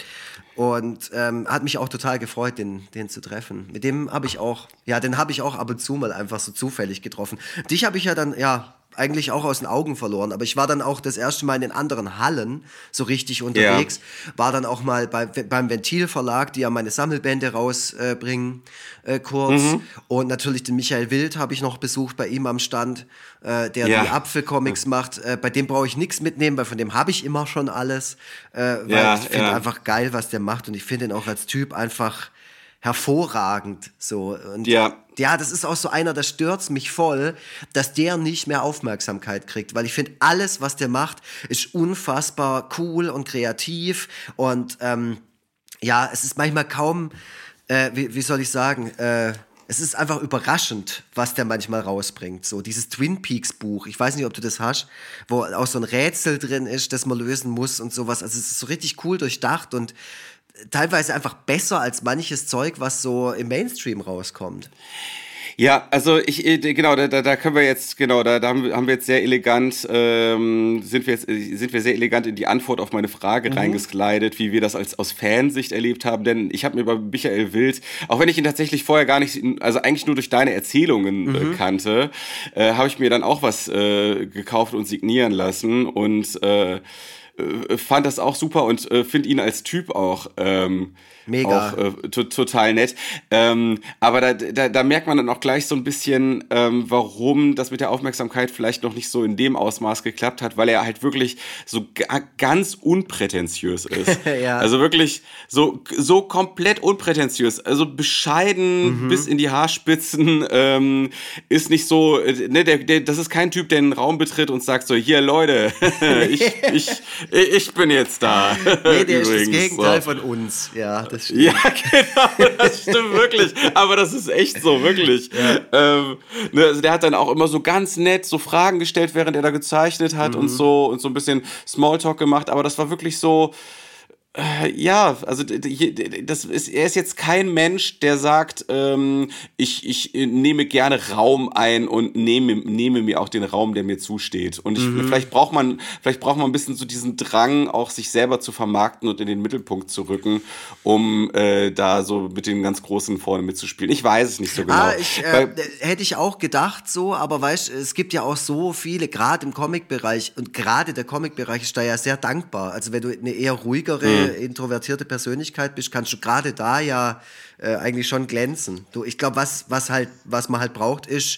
Und ähm, hat mich auch total gefreut, den, den zu treffen. Mit dem habe ich auch, ja, den habe ich auch ab und zu mal einfach so zufällig getroffen. Dich habe ich ja dann, ja, eigentlich auch aus den Augen verloren, aber ich war dann auch das erste Mal in den anderen Hallen so richtig unterwegs, ja. war dann auch mal bei, beim Ventil-Verlag, die ja meine Sammelbände rausbringen, äh, äh, kurz, mhm. und natürlich den Michael Wild habe ich noch besucht bei ihm am Stand, äh, der ja. die Apfelcomics mhm. macht, äh, bei dem brauche ich nichts mitnehmen, weil von dem habe ich immer schon alles, äh, weil ja, ich finde ja. einfach geil, was der macht, und ich finde ihn auch als Typ einfach hervorragend, so. Und ja. ja, das ist auch so einer, der stört mich voll, dass der nicht mehr Aufmerksamkeit kriegt, weil ich finde, alles, was der macht, ist unfassbar cool und kreativ, und ähm, ja, es ist manchmal kaum, äh, wie, wie soll ich sagen, äh, es ist einfach überraschend, was der manchmal rausbringt. So dieses Twin Peaks Buch, ich weiß nicht, ob du das hast, wo auch so ein Rätsel drin ist, das man lösen muss und sowas. Also es ist so richtig cool durchdacht und teilweise einfach besser als manches Zeug, was so im Mainstream rauskommt. Ja, also ich, genau, da, da können wir jetzt, genau, da, da haben wir jetzt sehr elegant, ähm, sind wir jetzt, sind wir sehr elegant in die Antwort auf meine Frage mhm. reingeslidet, wie wir das als aus Fansicht erlebt haben, denn ich habe mir bei Michael Wild, auch wenn ich ihn tatsächlich vorher gar nicht, also eigentlich nur durch deine Erzählungen mhm. äh, kannte, äh, habe ich mir dann auch was äh, gekauft und signieren lassen und äh, fand das auch super und äh, finde ihn als Typ auch ähm, mega auch, äh, to- total nett. Ähm, aber da, da, da merkt man dann auch gleich so ein bisschen, ähm, warum das mit der Aufmerksamkeit vielleicht noch nicht so in dem Ausmaß geklappt hat, weil er halt wirklich so g- ganz unprätentiös ist. Ja. Also wirklich so, so komplett unprätentiös. Also bescheiden mhm. bis in die Haarspitzen. Ähm, ist nicht so, ne, der, der, das ist kein Typ, der einen Raum betritt und sagt so, hier Leute, ich, ich, ich bin jetzt da. Nee, der ist das Gegenteil so. von uns. Ja, das das stimmt. Ja, genau, das stimmt wirklich. Aber das ist echt so, wirklich. Ja. Ähm, ne, also der hat dann auch immer so ganz nett so Fragen gestellt, während er da gezeichnet hat mhm. und so und so ein bisschen Smalltalk gemacht. Aber das war wirklich so... Äh, ja, also das ist, er ist jetzt kein Mensch, der sagt, ähm, ich, ich nehme gerne Raum ein und nehme, nehme mir auch den Raum, der mir zusteht. Und ich, mhm. vielleicht braucht man, vielleicht braucht man ein bisschen so diesen Drang, auch sich selber zu vermarkten und in den Mittelpunkt zu rücken, um äh, da so mit den ganz Großen vorne mitzuspielen. Ich weiß es nicht so genau. Ah, ich, äh, Weil, hätte ich auch gedacht so, aber weißt, es gibt ja auch so viele, gerade im Comic-Bereich, und gerade der Comic-Bereich ist da ja sehr dankbar. Also wenn du eine eher ruhigere introvertierte Persönlichkeit bist, kannst du gerade da ja äh, eigentlich schon glänzen. Du, ich glaube, was, was, halt, was man halt braucht, ist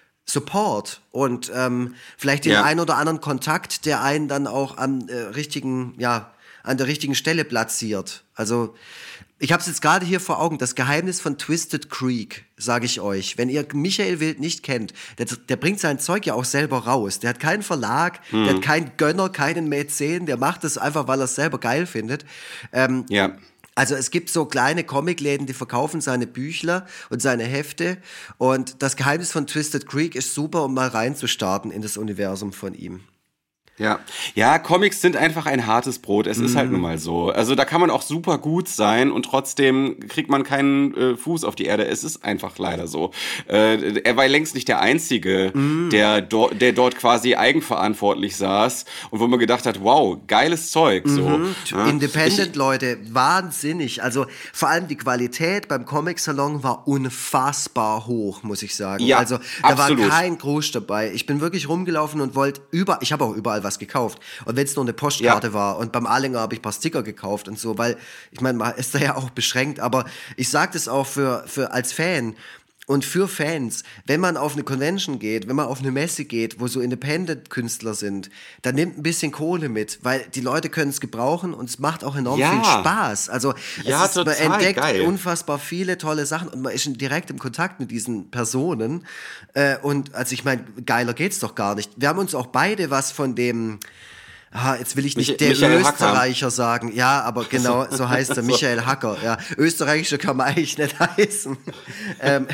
Support und ähm, vielleicht den ja. einen oder anderen Kontakt, der einen dann auch am äh, richtigen, ja, an der richtigen Stelle platziert. Also ich habe es jetzt gerade hier vor Augen, das Geheimnis von Twisted Creek, sage ich euch. Wenn ihr Michael Wild nicht kennt, der, der bringt sein Zeug ja auch selber raus. Der hat keinen Verlag, hm. der hat keinen Gönner, keinen Mäzen, der macht das einfach, weil er es selber geil findet. Ähm, ja. Also es gibt so kleine Comicläden, die verkaufen seine Büchler und seine Hefte. Und das Geheimnis von Twisted Creek ist super, um mal reinzustarten in das Universum von ihm. Ja, ja, Comics sind einfach ein hartes Brot. Es mm. ist halt nun mal so. Also da kann man auch super gut sein und trotzdem kriegt man keinen äh, Fuß auf die Erde. Es ist einfach leider so. Äh, er war längst nicht der Einzige, mm. der, do- der dort quasi eigenverantwortlich saß und wo man gedacht hat, wow, geiles Zeug. So. Mhm. Ja. Independent-Leute, wahnsinnig. Also vor allem die Qualität beim Comic-Salon war unfassbar hoch, muss ich sagen. Ja, also da absolut. war kein Grusch dabei. Ich bin wirklich rumgelaufen und wollte über, ich habe auch überall was gekauft. Und wenn es nur eine Postkarte ja. war und beim Ahlinger habe ich ein paar Sticker gekauft und so, weil, ich meine, man ist da ja auch beschränkt, aber ich sage das auch für, für als Fan und für Fans, wenn man auf eine Convention geht, wenn man auf eine Messe geht, wo so Independent-Künstler sind, dann nimmt ein bisschen Kohle mit, weil die Leute können es gebrauchen und es macht auch enorm ja. viel Spaß. Also ja, es ist, man entdeckt geil. unfassbar viele tolle Sachen und man ist direkt im Kontakt mit diesen Personen. Äh, und also ich meine, geiler geht's doch gar nicht. Wir haben uns auch beide was von dem... Ah, jetzt will ich nicht Mich- der Michael Österreicher Hacker. sagen. Ja, aber genau, so heißt er, Michael Hacker. Ja, Österreichischer kann man eigentlich nicht heißen. ähm,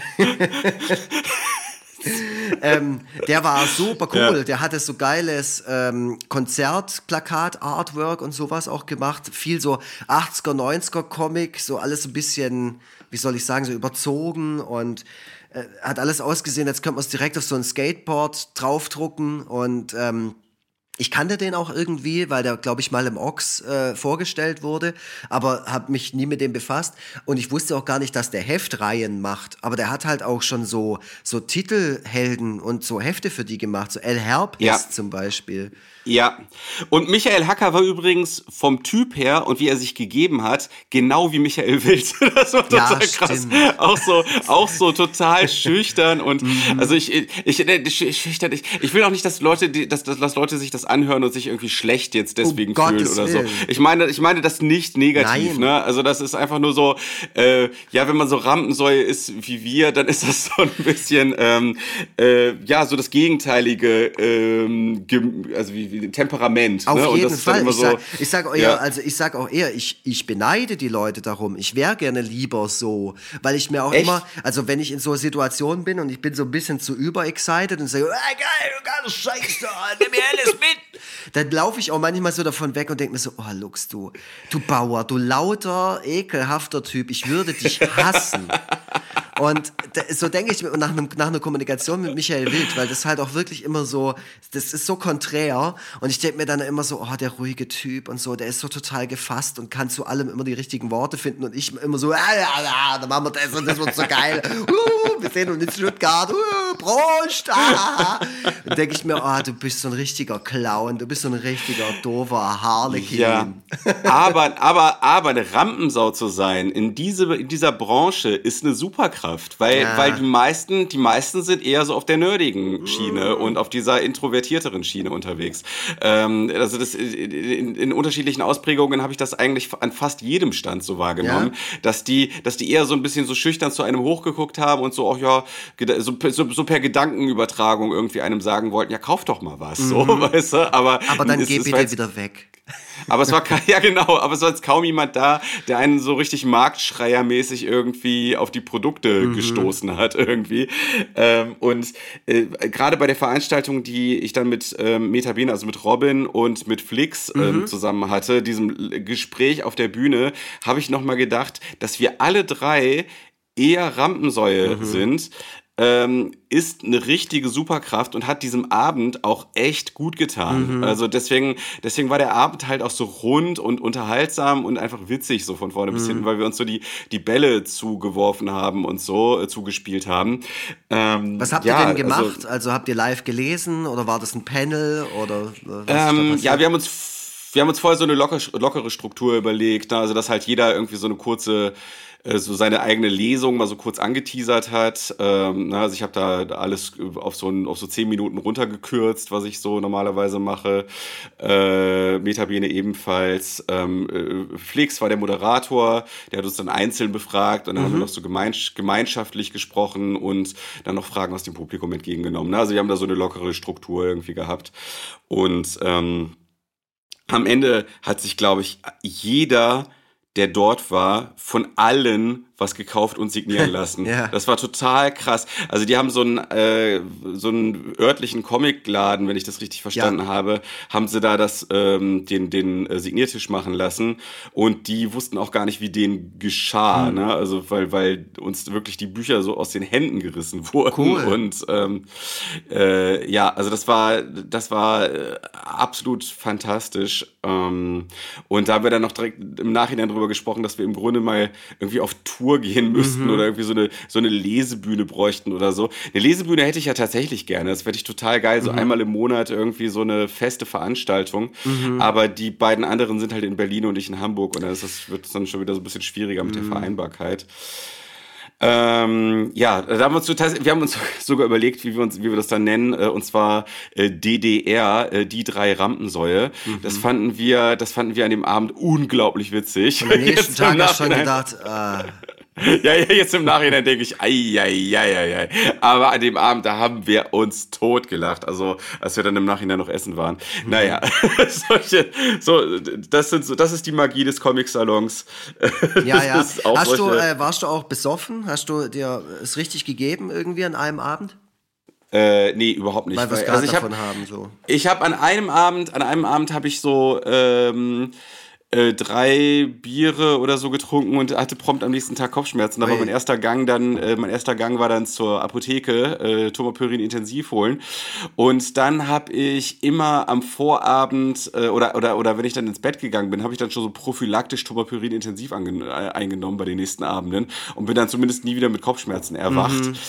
ähm, der war super cool. Ja. Der hatte so geiles ähm, Konzertplakat, Artwork und sowas auch gemacht. Viel so achtziger, neunziger Comic, so alles ein bisschen, wie soll ich sagen, so überzogen und äh, hat alles ausgesehen, als könnte man es direkt auf so ein Skateboard draufdrucken und ähm, ich kannte den auch irgendwie, weil der, glaube ich, mal im Ox äh, vorgestellt wurde, aber habe mich nie mit dem befasst und ich wusste auch gar nicht, dass der Heftreihen macht, aber der hat halt auch schon so, so Titelhelden und so Hefte für die gemacht, so El Herpes ja. zum Beispiel. Ja, und Michael Hacker war übrigens vom Typ her und wie er sich gegeben hat, genau wie Michael Wild. Das war total ja, krass. Stimmt. Auch so, auch so total schüchtern und mhm. also ich, ich, ich, ich, schüchtern, ich, ich will auch nicht, dass Leute, die, dass, dass Leute sich das anhören und sich irgendwie schlecht jetzt deswegen um fühlen Gottes oder Willen. so. Ich meine, ich meine das nicht negativ, Nein. ne? Also das ist einfach nur so, äh, ja, wenn man so Rampensäue ist wie wir, dann ist das so ein bisschen, ähm, äh, ja, so das gegenteilige, ähm, also wie Temperament. Auf ne? jeden und das Fall. Ist dann immer ich sage sag eher, ja. also ich sag auch eher, ich, ich beneide die Leute darum. Ich wäre gerne lieber so, weil ich mir auch Echt? immer, also wenn ich in so Situationen bin und ich bin so ein bisschen zu überexcited und sage, hey, geil, du geile Scheiße, nimm mir alles mit. Dann laufe ich auch manchmal so davon weg und denke mir so, oh Lux, du, du Bauer, du lauter, ekelhafter Typ, ich würde dich hassen. Und so denke ich mir nach, einem, nach einer Kommunikation mit Michael Wild, weil das halt auch wirklich immer so, das ist so konträr und ich denke mir dann immer so, oh, der ruhige Typ und so, der ist so total gefasst und kann zu allem immer die richtigen Worte finden und ich immer so, ah, ja, ja, dann machen wir das und das wird so geil, uh, wir sehen uns in Stuttgart, uh, Prost, ah. Dann denke ich mir, oh, du bist so ein richtiger Clown, du bist so ein richtiger doofer Harlekin. Ja, aber, aber, aber eine Rampensau zu sein in, diese, in dieser Branche ist eine Superkraft. Weil, ja. weil die meisten, die meisten sind eher so auf der nerdigen Schiene und auf dieser introvertierteren Schiene unterwegs. Ähm, also das, in, in unterschiedlichen Ausprägungen habe ich das eigentlich an fast jedem Stand so wahrgenommen, ja. dass die, dass die eher so ein bisschen so schüchtern zu einem hochgeguckt haben und so auch ja so, so, so per Gedankenübertragung irgendwie einem sagen wollten, ja kauf doch mal was, mhm. so, weißt du. Aber, aber dann es, geh es bitte jetzt wieder weg. Aber es war, ja genau, aber es war jetzt kaum jemand da, der einen so richtig marktschreiermäßig irgendwie auf die Produkte mhm. gestoßen hat irgendwie. Ähm, und äh, gerade bei der Veranstaltung, die ich dann mit ähm, Metabene, also mit Robin und mit Flix ähm, mhm. zusammen hatte, diesem Gespräch auf der Bühne, habe ich nochmal gedacht, dass wir alle drei eher Rampensäue mhm. sind. Ähm, ist eine richtige Superkraft und hat diesem Abend auch echt gut getan. Mhm. Also deswegen, deswegen war der Abend halt auch so rund und unterhaltsam und einfach witzig so von vorne mhm. bis hinten, weil wir uns so die, die Bälle zugeworfen haben und so äh, zugespielt haben. Ähm, was habt ja, ihr denn gemacht? Also, also habt ihr live gelesen oder war das ein Panel oder was ähm, ja, wir haben uns wir haben uns vorher so eine locker, lockere Struktur überlegt, ne? Also dass halt jeder irgendwie so eine kurze so seine eigene Lesung mal so kurz angeteasert hat. Ähm, also ich habe da alles auf so, ein, auf so zehn Minuten runtergekürzt, was ich so normalerweise mache. Äh, Metabene ebenfalls. Ähm, äh, Flix war der Moderator, der hat uns dann einzeln befragt und dann mhm. haben wir noch so gemeins- gemeinschaftlich gesprochen und dann noch Fragen aus dem Publikum entgegengenommen. Also wir haben da so eine lockere Struktur irgendwie gehabt. Und ähm, am Ende hat sich, glaube ich, jeder, der dort war, von allen was gekauft und signieren lassen. Ja. Das war total krass. Also die haben so einen, äh, so einen örtlichen Comicladen, wenn ich das richtig verstanden ja. habe, haben sie da das, ähm, den, den äh, Signiertisch machen lassen und die wussten auch gar nicht, wie denen geschah, mhm. ne? Also weil, weil uns wirklich die Bücher so aus den Händen gerissen wurden. Cool. Und ähm, äh, ja, also das war, das war äh, absolut fantastisch. Ähm, und da haben wir dann noch direkt im Nachhinein drüber gesprochen, dass wir im Grunde mal irgendwie auf Tour gehen müssten mhm. oder irgendwie so eine, so eine Lesebühne bräuchten oder so. Eine Lesebühne hätte ich ja tatsächlich gerne. Das fände ich total geil. So mhm. einmal im Monat irgendwie so eine feste Veranstaltung. Mhm. Aber die beiden anderen sind halt in Berlin und ich in Hamburg. Und dann ist das, wird es dann schon wieder so ein bisschen schwieriger mit mhm. der Vereinbarkeit. Ähm, ja, da haben wir uns, wir haben uns sogar überlegt, wie wir uns, wie wir das dann nennen, äh, und zwar äh, D D R, äh, die drei Rampensäue. Mhm. Das fanden wir, das fanden wir an dem Abend unglaublich witzig. Und am nächsten Tag hast du schon gedacht, äh Ja, ja, jetzt im Nachhinein denke ich, ei, ei, ei, ei, ei. Aber an dem Abend, da haben wir uns totgelacht. Also, als wir dann im Nachhinein noch essen waren. Mhm. Naja, solche, so, das sind so, das ist die Magie des Comic-Salons. Ja, ja. Hast du, äh, warst du auch besoffen? Hast du dir es richtig gegeben irgendwie an einem Abend? Äh, nee, überhaupt nicht. Weil wir es gerade also davon hab, haben, so. Ich habe an einem Abend, an einem Abend habe ich so, ähm, Äh, drei Biere oder so getrunken und hatte prompt am nächsten Tag Kopfschmerzen. Da war mein erster Gang dann, äh, mein erster Gang war dann zur Apotheke, äh, Tomopyrin intensiv holen. Und dann habe ich immer am Vorabend äh, oder, oder, oder wenn ich dann ins Bett gegangen bin, habe ich dann schon so prophylaktisch Tomopyrin intensiv ange- äh, eingenommen bei den nächsten Abenden und bin dann zumindest nie wieder mit Kopfschmerzen erwacht. Mhm.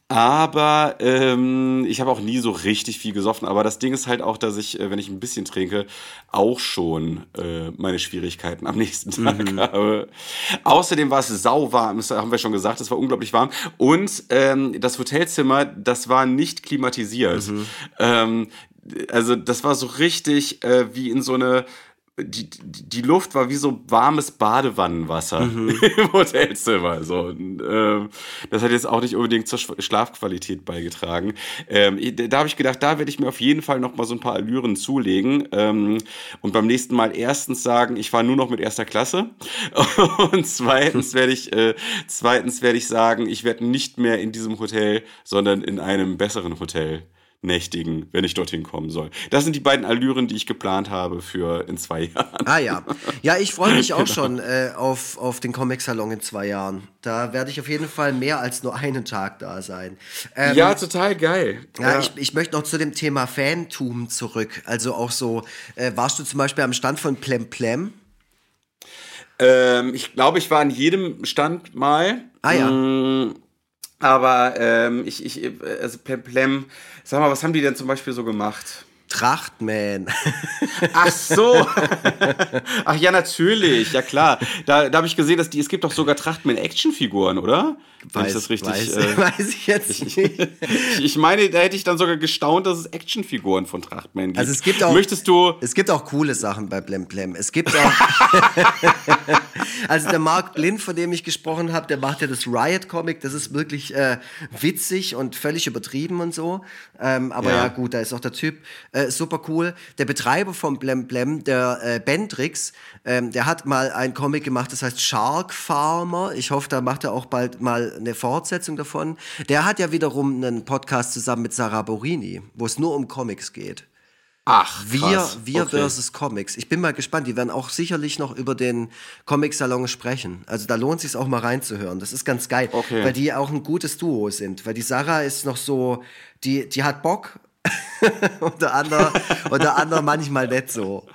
Aber ähm, ich habe auch nie so richtig viel gesoffen. Aber das Ding ist halt auch, dass ich, äh, wenn ich ein bisschen trinke, auch schon äh, meine Schwierigkeiten am nächsten Tag mhm. habe. Außerdem war es sauwarm, das haben wir schon gesagt, es war unglaublich warm. Und ähm, das Hotelzimmer, das war nicht klimatisiert. Mhm. Ähm, also das war so richtig äh, wie in so eine... Die, die Luft war wie so warmes Badewannenwasser mhm. im Hotelzimmer. So. Und, ähm, das hat jetzt auch nicht unbedingt zur Schlafqualität beigetragen. Ähm, da habe ich gedacht, da werde ich mir auf jeden Fall noch mal so ein paar Allüren zulegen ähm, und beim nächsten Mal erstens sagen, ich fahre nur noch mit erster Klasse und zweitens werde ich, äh, zweitens werde ich sagen, ich werde nicht mehr in diesem Hotel, sondern in einem besseren Hotel nächtigen, wenn ich dorthin kommen soll. Das sind die beiden Allüren, die ich geplant habe für in zwei Jahren. Ah ja. Ja, ich freue mich auch genau. schon äh, auf, auf den Comic-Salon in zwei Jahren. Da werde ich auf jeden Fall mehr als nur einen Tag da sein. Ähm, ja, total geil. Ja, ja. Ich, ich möchte noch zu dem Thema Fantum zurück. Also auch so, äh, warst du zum Beispiel am Stand von Plem Plem? Ähm, ich glaube, ich war an jedem Stand mal. Ah ja. Mm, aber ähm, ich, ich, also Plem Plem, sag mal, was haben die denn zum Beispiel so gemacht? Trachtman. Ach so. Ach ja, natürlich. Ja klar. Da, da habe ich gesehen, dass die, es gibt doch sogar Trachtman-Actionfiguren, oder? Weiß, ich das richtig, weiß, äh, weiß ich jetzt ich, nicht. Ich, ich meine, da hätte ich dann sogar gestaunt, dass es Actionfiguren von Trachtman gibt. Also es gibt auch, Möchtest du... Es gibt auch coole Sachen bei Plem Plem. Es gibt auch... Also der Mark Blind, von dem ich gesprochen habe, der macht ja das Riot-Comic. Das ist wirklich äh, witzig und völlig übertrieben und so. Ähm, aber ja. ja gut, da ist auch der Typ. Äh, äh, super cool. Der Betreiber von Blem Blem, der äh, Bendrix, ähm, der hat mal einen Comic gemacht, das heißt Shark Farmer. Ich hoffe, da macht er auch bald mal eine Fortsetzung davon. Der hat ja wiederum einen Podcast zusammen mit Sarah Borini, wo es nur um Comics geht. Ach, krass. Wir, wir okay. versus Comics. Ich bin mal gespannt, die werden auch sicherlich noch über den Comic-Salon sprechen. Also da lohnt es sich auch mal reinzuhören. Das ist ganz geil, okay. weil die auch ein gutes Duo sind. Weil die Sarah ist noch so, die, die hat Bock, unter anderem unter anderem manchmal nicht so.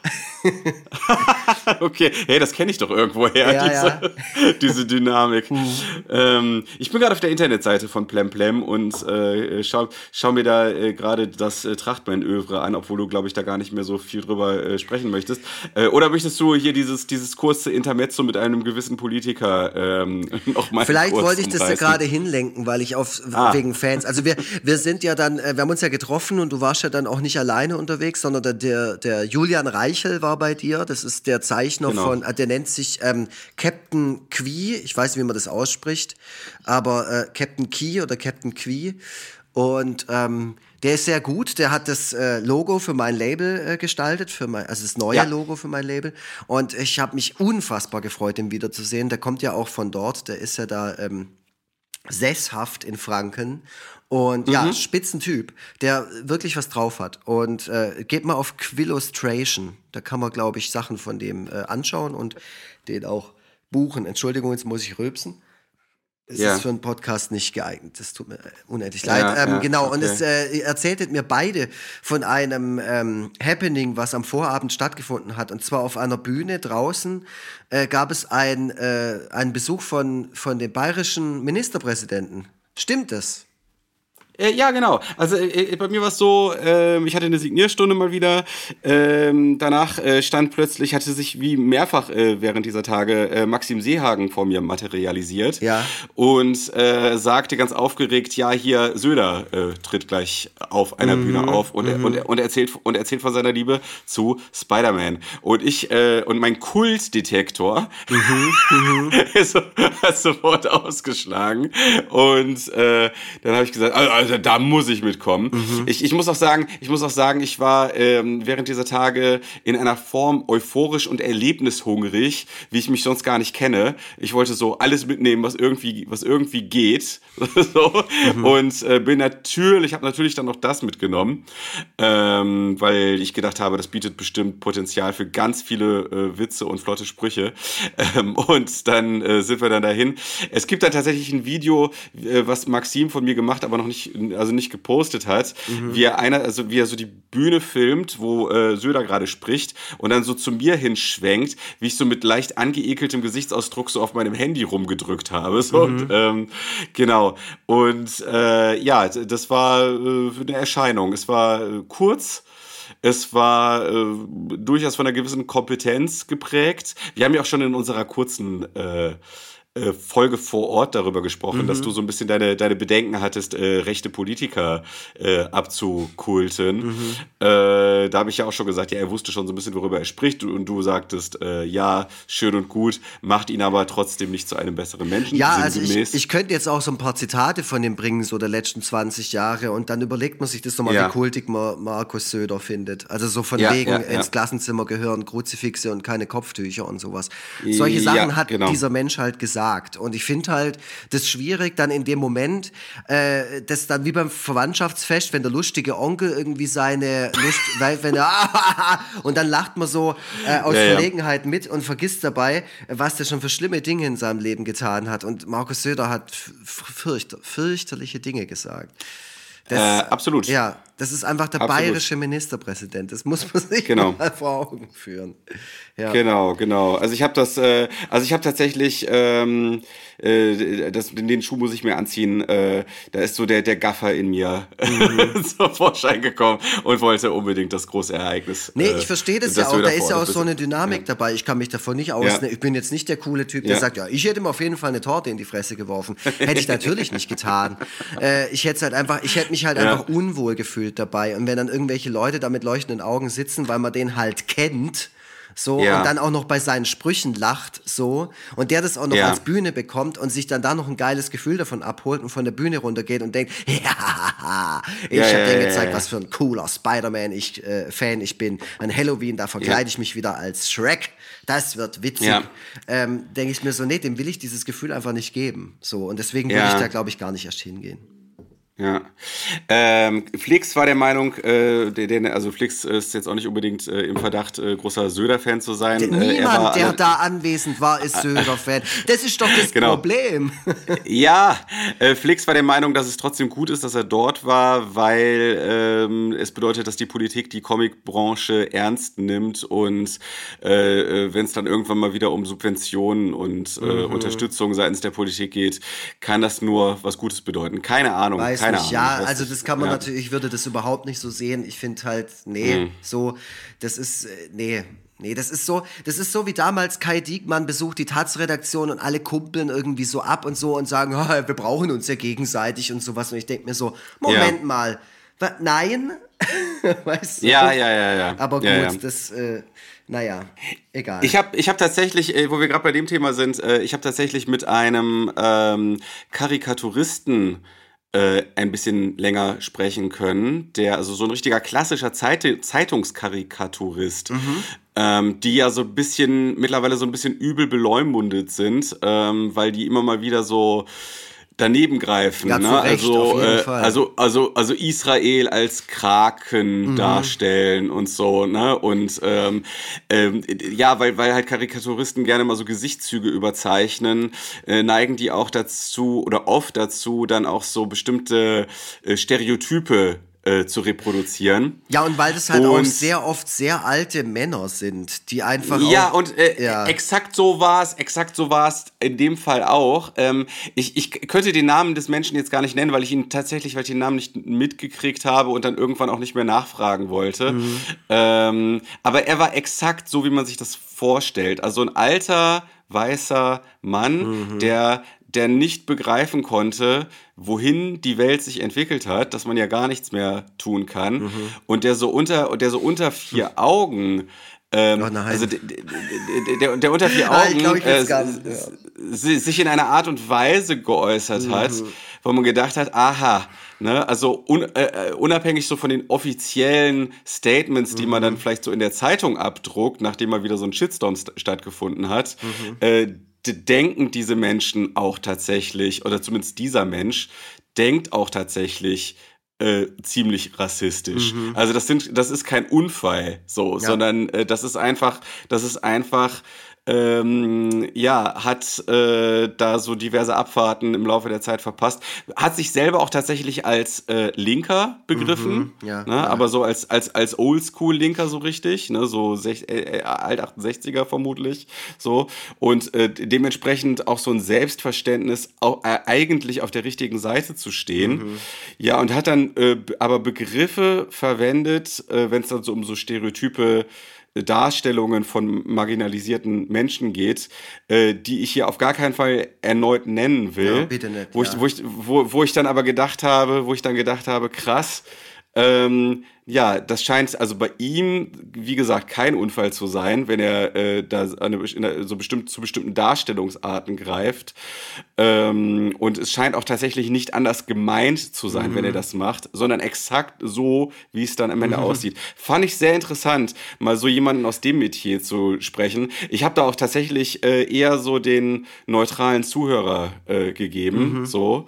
Okay, hey, das kenne ich doch irgendwoher, ja, diese, ja. diese Dynamik. Hm. Ähm, ich bin gerade auf der Internetseite von Plem Plem und äh, schau, schau mir da äh, gerade das äh, Trachtmann-Övre an, obwohl du, glaube ich, da gar nicht mehr so viel drüber äh, sprechen möchtest. Äh, oder möchtest du hier dieses, dieses kurze Intermezzo mit einem gewissen Politiker ähm, noch mal Vielleicht kurz wollte ich das ja umreißen? gerade hinlenken, weil ich auf ah. wegen Fans, also wir, wir sind ja dann, wir haben uns ja getroffen und du warst ja dann auch nicht alleine unterwegs, sondern der, der, der Julian Reichel war bei dir, das ist der Zeichner genau. von, der nennt sich ähm, Captain Qui, ich weiß nicht, wie man das ausspricht, aber äh, Captain Key oder Captain Qui und ähm, der ist sehr gut, der hat das äh, Logo für mein Label äh, gestaltet, für mein, also das neue ja. Logo für mein Label und ich habe mich unfassbar gefreut, ihn wiederzusehen, der kommt ja auch von dort, der ist ja da ähm, sesshaft in Franken. Und mhm. ja, Spitzentyp, der wirklich was drauf hat. Und äh, geht mal auf Quillustration. Da kann man, glaube ich, Sachen von dem äh, anschauen und den auch buchen. Entschuldigung, jetzt muss ich rülpsen. Es ja. ist für einen Podcast nicht geeignet. Das tut mir unendlich leid. Ja, ähm, ja, genau, okay. und es äh, erzähltet mir beide von einem ähm, Happening, was am Vorabend stattgefunden hat. Und zwar auf einer Bühne draußen äh, gab es ein, äh, einen Besuch von, von dem bayerischen Ministerpräsidenten. Stimmt das? Äh, ja, genau. Also äh, bei mir war es so, äh, ich hatte eine Signierstunde mal wieder. Ähm, danach äh, stand plötzlich, hatte sich wie mehrfach äh, während dieser Tage äh, Maxim Seehagen vor mir materialisiert. Ja. Und äh, sagte ganz aufgeregt, ja, hier Söder äh, tritt gleich auf einer mhm, Bühne auf und, mhm. und, und, erzählt, und erzählt von seiner Liebe zu Spider-Man. Und ich äh, und mein Kultdetektor mhm, mhm. ist, hat sofort ausgeschlagen. Und äh, dann habe ich gesagt, also, da muss ich mitkommen. Mhm. Ich, ich muss auch sagen, ich muss auch sagen, ich war ähm, während dieser Tage in einer Form euphorisch und erlebnishungrig, wie ich mich sonst gar nicht kenne. Ich wollte so alles mitnehmen, was irgendwie, was irgendwie geht. so. mhm. Und äh, bin natürlich, habe natürlich dann noch das mitgenommen, ähm, weil ich gedacht habe, das bietet bestimmt Potenzial für ganz viele äh, Witze und flotte Sprüche. Ähm, und dann äh, sind wir dann dahin. Es gibt dann tatsächlich ein Video, äh, was Maxim von mir gemacht, aber noch nicht also nicht gepostet hat, mhm. wie er einer, also wie er so die Bühne filmt, wo äh, Söder gerade spricht und dann so zu mir hinschwenkt, wie ich so mit leicht angeekeltem Gesichtsausdruck so auf meinem Handy rumgedrückt habe. So, mhm. und, ähm, genau. Und äh, ja, das war äh, eine Erscheinung. Es war äh, kurz. Es war äh, durchaus von einer gewissen Kompetenz geprägt. Wir haben ja auch schon in unserer kurzen äh, Folge vor Ort darüber gesprochen, mhm. dass du so ein bisschen deine, deine Bedenken hattest, äh, rechte Politiker äh, abzukulten. Mhm. Äh, da habe ich ja auch schon gesagt, ja, er wusste schon so ein bisschen, worüber er spricht und du sagtest, äh, ja, schön und gut, macht ihn aber trotzdem nicht zu einem besseren Menschen. Ja, also ich, ich könnte jetzt auch so ein paar Zitate von ihm bringen, so der letzten zwanzig Jahre und dann überlegt man sich das nochmal, ja. wie kultig man Markus Söder findet. Also so von ja, wegen, ja, ja. ins Klassenzimmer gehören Kruzifixe und keine Kopftücher und sowas. Solche Sachen ja, hat genau. dieser Mensch halt gesagt. Und ich finde halt das schwierig, dann in dem Moment, äh, das dann wie beim Verwandtschaftsfest, wenn der lustige Onkel irgendwie seine Lust, weil wenn er und dann lacht man so äh, aus ja, Verlegenheit ja. mit und vergisst dabei, was der schon für schlimme Dinge in seinem Leben getan hat. Und Markus Söder hat fürchter, fürchterliche Dinge gesagt. Das, äh, absolut. Ja, das ist einfach der absolut. bayerische Ministerpräsident. Das muss man sich genau. mal vor Augen führen. Ja. Genau, genau. Also ich habe das, äh, also ich habe tatsächlich, ähm, äh, das, den Schuh muss ich mir anziehen. Äh, da ist so der der Gaffer in mir mhm. zum Vorschein gekommen und wollte unbedingt das große Ereignis. Nee, ich verstehe das, das ja auch. Da ist ja auch so eine Dynamik ja. dabei. Ich kann mich davon nicht ausnehmen. Ja. Ich bin jetzt nicht der coole Typ, der ja. sagt, ja, ich hätte ihm auf jeden Fall eine Torte in die Fresse geworfen. Hätte ich natürlich nicht getan. Äh, ich hätte halt einfach, ich hätte mich halt ja. einfach unwohl gefühlt dabei. Und wenn dann irgendwelche Leute da mit leuchtenden Augen sitzen, weil man den halt kennt, so, ja. und dann auch noch bei seinen Sprüchen lacht, so, und der das auch noch ja. als Bühne bekommt und sich dann da noch ein geiles Gefühl davon abholt und von der Bühne runtergeht und denkt, ja, ich ja, habe ja, denen ja, gezeigt, ja. was für ein cooler Spider-Man ich, äh, Fan ich bin. An Halloween, da verkleide ja. ich mich wieder als Shrek. Das wird witzig. Ja. Ähm, denke ich mir so, nee, dem will ich dieses Gefühl einfach nicht geben. So, und deswegen würde ja. ich da, glaube ich, gar nicht erst hingehen. Ja. Ähm, Flix war der Meinung, äh, der, der, also Flix ist jetzt auch nicht unbedingt äh, im Verdacht, äh, großer Söder-Fan zu sein. Niemand, äh, er war der alle, da anwesend war, ist Söder-Fan. Das ist doch das genau. Problem. Ja, äh, Flix war der Meinung, dass es trotzdem gut ist, dass er dort war, weil ähm, es bedeutet, dass die Politik die Comicbranche ernst nimmt und äh, wenn es dann irgendwann mal wieder um Subventionen und äh, mhm. Unterstützung seitens der Politik geht, kann das nur was Gutes bedeuten. Keine Ahnung. Weiß keine nicht. Ahnung. Ja, also das kann man ja. natürlich, ich würde das überhaupt nicht so sehen. Ich finde halt, nee, mhm. so, das ist, nee. Nee, das ist so, das ist so wie damals Kai Diekmann besucht die Taz-Redaktion und alle kumpeln irgendwie so ab und so und sagen, oh, wir brauchen uns ja gegenseitig und sowas. Und ich denke mir so, Moment ja. mal, was, nein? Weißt du? Ja, ja, ja, ja. Aber gut, ja, ja. das, äh, naja, egal. Ich habe ich hab tatsächlich, äh, wo wir gerade bei dem Thema sind, äh, ich habe tatsächlich mit einem ähm, Karikaturisten Äh, ein bisschen länger sprechen können, der, also so ein richtiger klassischer Zeit- Zeitungskarikaturist, mhm. ähm, die ja so ein bisschen, mittlerweile so ein bisschen übel beleumundet sind, ähm, weil die immer mal wieder so daneben greifen, ja, ne? zu Recht, also, auf jeden äh, Fall. also also also Israel als Kraken mhm. darstellen und so, ne? Und ähm, ähm, ja, weil weil halt Karikaturisten gerne mal so Gesichtszüge überzeichnen, äh, neigen die auch dazu oder oft dazu, dann auch so bestimmte äh, Stereotype Äh, zu reproduzieren. Ja, und weil das halt und auch sehr oft sehr alte Männer sind, die einfach Ja, auch, und äh, ja. exakt so war es, exakt so war es in dem Fall auch. Ähm, ich, ich könnte den Namen des Menschen jetzt gar nicht nennen, weil ich ihn tatsächlich, weil ich den Namen nicht mitgekriegt habe und dann irgendwann auch nicht mehr nachfragen wollte. Mhm. Ähm, aber er war exakt so, wie man sich das vorstellt. Also ein alter, weißer Mann, mhm. der der nicht begreifen konnte, wohin die Welt sich entwickelt hat, dass man ja gar nichts mehr tun kann. Mhm. Und der so unter, der so unter vier mhm. Augen, ähm, oh also der, der, der, der unter vier Augen glaub, äh, ja. sich in einer Art und Weise geäußert mhm. hat, wo man gedacht hat, aha, ne, also un, äh, unabhängig so von den offiziellen Statements, die mhm. man dann vielleicht so in der Zeitung abdruckt, nachdem mal wieder so ein Shitstorm st- stattgefunden hat, mhm. äh, denken diese Menschen auch tatsächlich, oder zumindest dieser Mensch, denkt auch tatsächlich äh, ziemlich rassistisch. Mhm. Also das sind, das ist kein Unfall, so, ja. sondern äh, das ist einfach, das ist einfach, ähm, ja, hat äh, da so diverse Abfahrten im Laufe der Zeit verpasst. Hat sich selber auch tatsächlich als äh, Linker begriffen, mhm, ja, ne? ja. aber so als, als, als Oldschool-Linker so richtig, ne? so sech, äh, alt achtundsechziger vermutlich. So. Und äh, dementsprechend auch so ein Selbstverständnis, auch, äh, eigentlich auf der richtigen Seite zu stehen. Mhm. Ja, und hat dann äh, aber Begriffe verwendet, äh, wenn es dann so um so Stereotype Darstellungen von marginalisierten Menschen geht, äh, die ich hier auf gar keinen Fall erneut nennen will. Ja, bitte nicht, wo, ja. ich, wo, ich, wo, wo ich dann aber gedacht habe, wo ich dann gedacht habe, krass, ähm, ja, das scheint also bei ihm, wie gesagt, kein Unfall zu sein, wenn er äh, da eine, eine, so bestimmt, zu bestimmten Darstellungsarten greift. Ähm, und es scheint auch tatsächlich nicht anders gemeint zu sein, mhm. wenn er das macht, sondern exakt so, wie es dann am Ende mhm. aussieht. Fand ich sehr interessant, mal so jemanden aus dem Metier zu sprechen. Ich habe da auch tatsächlich äh, eher so den neutralen Zuhörer äh, gegeben, mhm. so.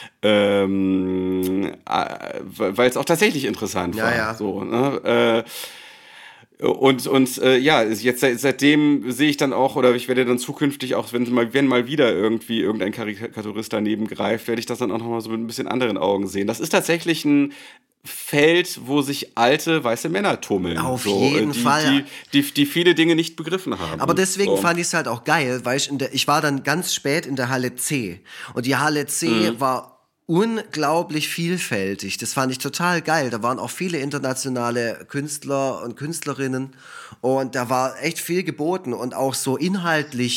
Ähm, äh, weil es auch tatsächlich interessant ja, war. Ja. So, ne? äh, und und äh, ja, jetzt seitdem sehe ich dann auch, oder ich werde dann zukünftig auch, wenn mal, wenn mal wieder irgendwie irgendein Karikaturist daneben greift, werde ich das dann auch nochmal so mit ein bisschen anderen Augen sehen. Das ist tatsächlich ein Feld, wo sich alte weiße Männer tummeln. Auf so, jeden die, Fall. Die, die, die viele Dinge nicht begriffen haben. Aber deswegen so. fand ich es halt auch geil, weil ich, in der, ich war dann ganz spät in der Halle C. Und die Halle C mhm. war unglaublich vielfältig. Das fand ich total geil. Da waren auch viele internationale Künstler und Künstlerinnen und da war echt viel geboten und auch so inhaltlich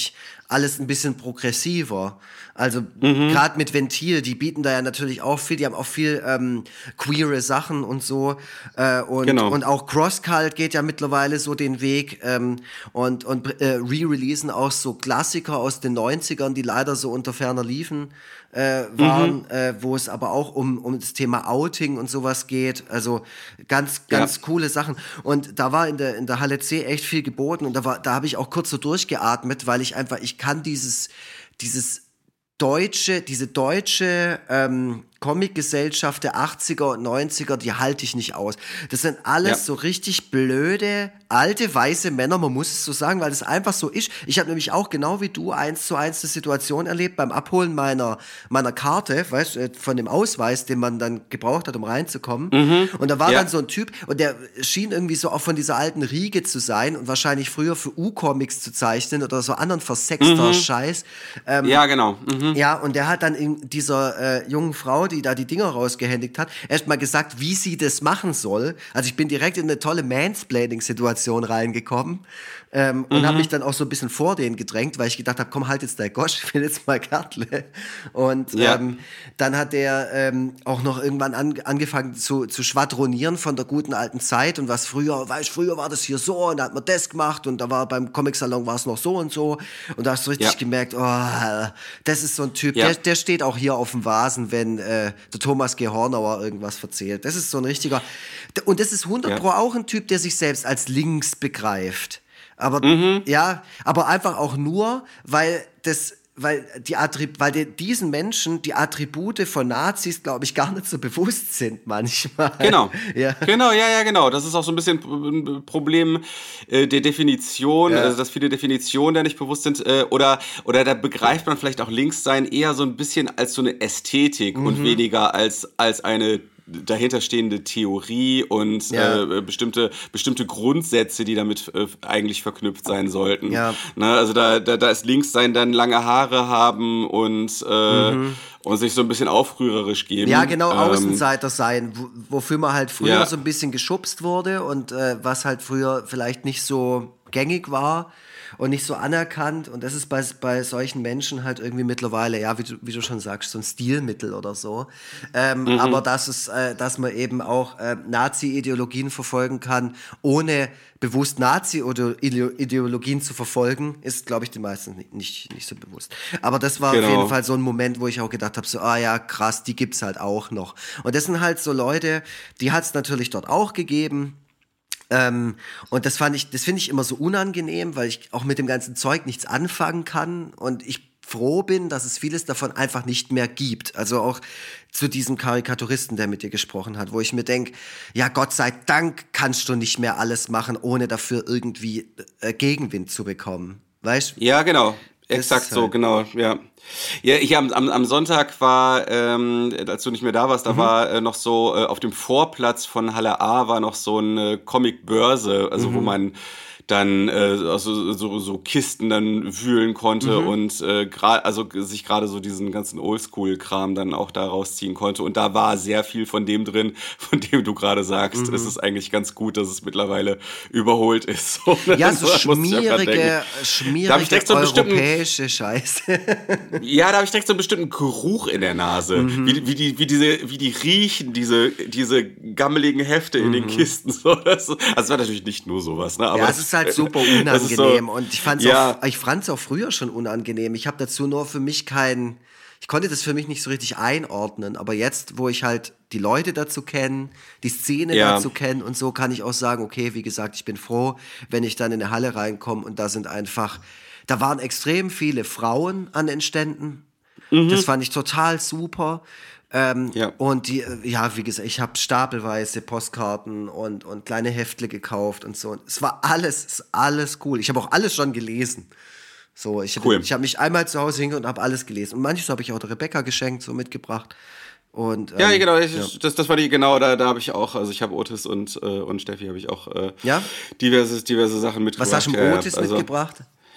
alles ein bisschen progressiver. Also mhm. gerade mit Ventil, die bieten da ja natürlich auch viel, die haben auch viel ähm, queere Sachen und so. Äh, und, genau. und auch Crosscult geht ja mittlerweile so den Weg ähm, und, und äh, re-releasen auch so Klassiker aus den neunzigern, die leider so unter ferner liefen. Äh, waren, mhm. äh, wo es aber auch um, um das Thema Outing und sowas geht. Also ganz, ganz ja. coole Sachen. Und da war in der, in der Halle C echt viel geboten und da war, da habe ich auch kurz so durchgeatmet, weil ich einfach, ich kann dieses, dieses deutsche, diese deutsche ähm, Comic-Gesellschaft der achtziger und neunziger, die halte ich nicht aus. Das sind alles ja. so richtig blöde, alte, weiße Männer, man muss es so sagen, weil es einfach so ist. Ich habe nämlich auch genau wie du eins zu eins die Situation erlebt beim Abholen meiner, meiner Karte, weißt du, von dem Ausweis, den man dann gebraucht hat, um reinzukommen. Mhm. Und da war ja. dann so ein Typ und der schien irgendwie so auch von dieser alten Riege zu sein und wahrscheinlich früher für U-Comics zu zeichnen oder so anderen versexter mhm. Scheiß. Ähm, ja, genau. Mhm. Ja, und der hat dann in dieser äh, jungen Frau, die da die Dinger rausgehändigt hat, erst mal gesagt, wie sie das machen soll. Also ich bin direkt in eine tolle Mansplaining-Situation reingekommen ähm, und mhm. habe mich dann auch so ein bisschen vor denen gedrängt, weil ich gedacht habe, komm, halt jetzt dein Gosch, ich will jetzt mal Kartle. Und ja. ähm, dann hat der ähm, auch noch irgendwann an, angefangen zu, zu schwadronieren von der guten alten Zeit und was früher, weißt, früher war das hier so und da hat man das gemacht und da war beim Comic-Salon war es noch so und so und da hast du richtig ja. gemerkt, oh, das ist so ein Typ, ja. der, der steht auch hier auf dem Vasen, wenn äh, der Thomas G. Hornauer irgendwas erzählt. Das ist so ein richtiger, und das ist hundert ja. Pro auch ein Typ, der sich selbst als links begreift. Aber, mhm. ja, aber einfach auch nur, weil das, weil die Attrib- weil die, diesen Menschen die Attribute von Nazis, glaube ich, gar nicht so bewusst sind manchmal. Genau, ja. genau, ja, ja, genau. Das ist auch so ein bisschen ein Problem äh, der Definition, ja. also dass viele Definitionen da nicht bewusst sind äh, oder, oder da begreift man vielleicht auch Linkssein eher so ein bisschen als so eine Ästhetik mhm. und weniger als, als eine dahinterstehende Theorie und ja. äh, bestimmte bestimmte Grundsätze, die damit äh, eigentlich verknüpft sein sollten. Ja. Ne, also da, da, da ist Linkssein dann lange Haare haben und, äh, mhm. und sich so ein bisschen aufrührerisch geben. Ja, genau, ähm, Außenseiter sein, wo, wofür man halt früher ja. so ein bisschen geschubst wurde und äh, was halt früher vielleicht nicht so gängig war und nicht so anerkannt. Und das ist bei, bei solchen Menschen halt irgendwie mittlerweile, ja, wie du, wie du schon sagst, so ein Stilmittel oder so. Ähm, mhm. Aber dass, es, äh, dass man eben auch äh, Nazi-Ideologien verfolgen kann, ohne bewusst Nazi-Ideologien zu verfolgen, ist, glaube ich, den meisten nicht, nicht, nicht so bewusst. Aber das war genau. auf jeden Fall so ein Moment, wo ich auch gedacht habe, so, ah ja, krass, die gibt's halt auch noch. Und das sind halt so Leute, die hat's natürlich dort auch gegeben. Ähm, und das fand ich, das finde ich immer so unangenehm, weil ich auch mit dem ganzen Zeug nichts anfangen kann und ich froh bin, dass es vieles davon einfach nicht mehr gibt. Also auch zu diesem Karikaturisten, der mit dir gesprochen hat, wo ich mir denke, ja, Gott sei Dank kannst du nicht mehr alles machen, ohne dafür irgendwie äh, Gegenwind zu bekommen. Weißt du? Ja, genau. Exakt halt so, genau, ja. Ja, ich am, am, am Sonntag war, ähm, als du nicht mehr da warst, da mhm. war äh, noch so, äh, auf dem Vorplatz von Halle A war noch so eine Comic-Börse, also mhm. wo man dann äh, also so, so Kisten dann wühlen konnte mhm. und äh, gra- also sich gerade so diesen ganzen Oldschool-Kram dann auch da rausziehen konnte. Und da war sehr viel von dem drin, von dem du gerade sagst. Mhm. Es ist eigentlich ganz gut, dass es mittlerweile überholt ist. So, ja, so schmierige, schmierige so europäische Scheiße. Ja, da habe ich direkt so einen bestimmten Geruch in der Nase. Mhm. Wie, wie, die, wie, diese, wie die riechen, diese, diese gammeligen Hefte in mhm. den Kisten. So, das, also es war natürlich nicht nur sowas, ne? Aber ja, es ist halt super unangenehm so, und ich fand's ja. auch, ich fand's auch früher schon unangenehm. Ich habe dazu nur für mich kein, ich konnte das für mich nicht so richtig einordnen, aber jetzt, wo ich halt die Leute dazu kenne, die Szene ja. dazu kenne und so, kann ich auch sagen, okay, wie gesagt, ich bin froh, wenn ich dann in eine Halle reinkomme und da sind einfach, da waren extrem viele Frauen an den Ständen. Mhm. Das fand ich total super. Ähm, ja. Und die, ja, wie gesagt, ich habe stapelweise Postkarten und, und kleine Heftle gekauft und so. Es war alles, ist alles cool. Ich habe auch alles schon gelesen. So, ich cool. habe ich hab mich einmal zu Hause hingegangen und habe alles gelesen. Und manches habe ich auch der Rebecca geschenkt, so mitgebracht. Und, ähm, ja, genau, ich, ja. Das, das war die, genau, da, da habe ich auch, also ich habe Otis und, äh, und Steffi habe ich auch äh, ja? diverse, diverse Sachen mitgebracht. Was hast du mit Otis ja, also, mitgebracht?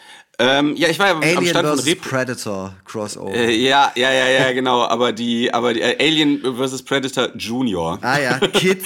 Ähm, ja, ich war ja Alien am Stand von Rep- Predator Crossover. Äh, ja, ja, ja, ja, genau. Aber die, aber die äh, Alien versus Predator Junior. Ah ja, Kids.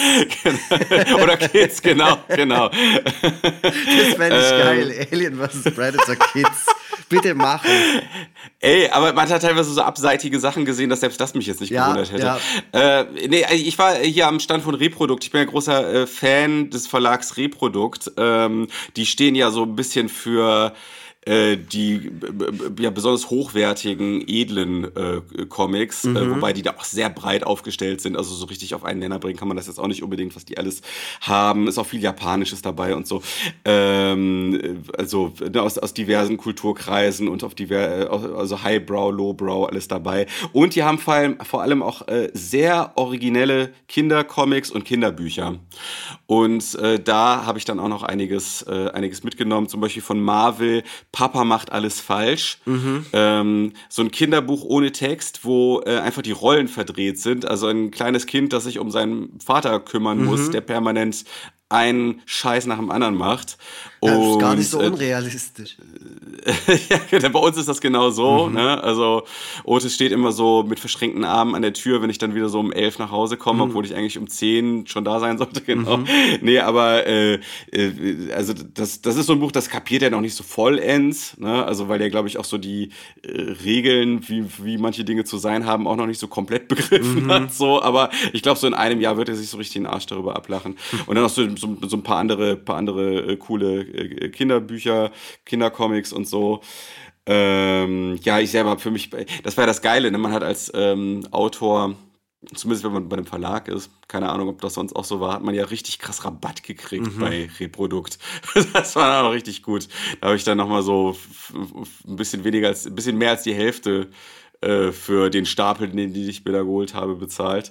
Oder Kids, genau, genau. Das fände ich ähm, geil. Alien versus Predator Kids. Bitte machen. Ey, aber man hat teilweise so abseitige Sachen gesehen, dass selbst das mich jetzt nicht ja, gewundert hätte. Ja. Äh, nee, ich war hier am Stand von Reprodukt. Ich bin ein großer äh, Fan des Verlags Reprodukt. Ähm, die stehen ja so ein bisschen für die ja besonders hochwertigen, edlen äh, Comics, mhm. äh, wobei die da auch sehr breit aufgestellt sind, also so richtig auf einen Nenner bringen kann man das jetzt auch nicht unbedingt, was die alles haben, ist auch viel Japanisches dabei und so, ähm, also ne, aus, aus diversen Kulturkreisen und auf diver also Highbrow, Lowbrow, alles dabei, und die haben vor allem, vor allem auch äh, sehr originelle Kindercomics und Kinderbücher, und äh, da habe ich dann auch noch einiges, äh, einiges mitgenommen, zum Beispiel von Marvel, Papa macht alles falsch. Mhm. Ähm, so ein Kinderbuch ohne Text, wo äh, einfach die Rollen verdreht sind. Also ein kleines Kind, das sich um seinen Vater kümmern mhm. muss, der permanent einen Scheiß nach dem anderen macht. Ja, das ist gar nicht so unrealistisch. Ja, bei uns ist das genau so. Mhm. Ne? Also Otis steht immer so mit verschränkten Armen an der Tür, wenn ich dann wieder so um elf nach Hause komme, mhm. obwohl ich eigentlich um zehn schon da sein sollte. Genau. Mhm. Nee, aber äh, äh, also das, das ist so ein Buch, das kapiert er noch nicht so vollends. Ne? Also weil er, glaube ich, auch so die äh, Regeln, wie, wie manche Dinge zu sein haben, auch noch nicht so komplett begriffen mhm. hat. So. Aber ich glaube, so in einem Jahr wird er sich so richtig den Arsch darüber ablachen. Und dann noch so, so, so ein paar andere, paar andere äh, coole Kinderbücher, Kindercomics und so. Ähm, ja, ich selber für mich, das war ja das Geile, ne? Man hat als ähm, Autor, zumindest wenn man bei einem Verlag ist, keine Ahnung, ob das sonst auch so war, hat man ja richtig krass Rabatt gekriegt mhm. bei Reprodukt. Das war dann auch richtig gut. Da habe ich dann nochmal so f- f- ein bisschen weniger als, ein bisschen mehr als die Hälfte äh, für den Stapel, den die ich mir da geholt habe, bezahlt.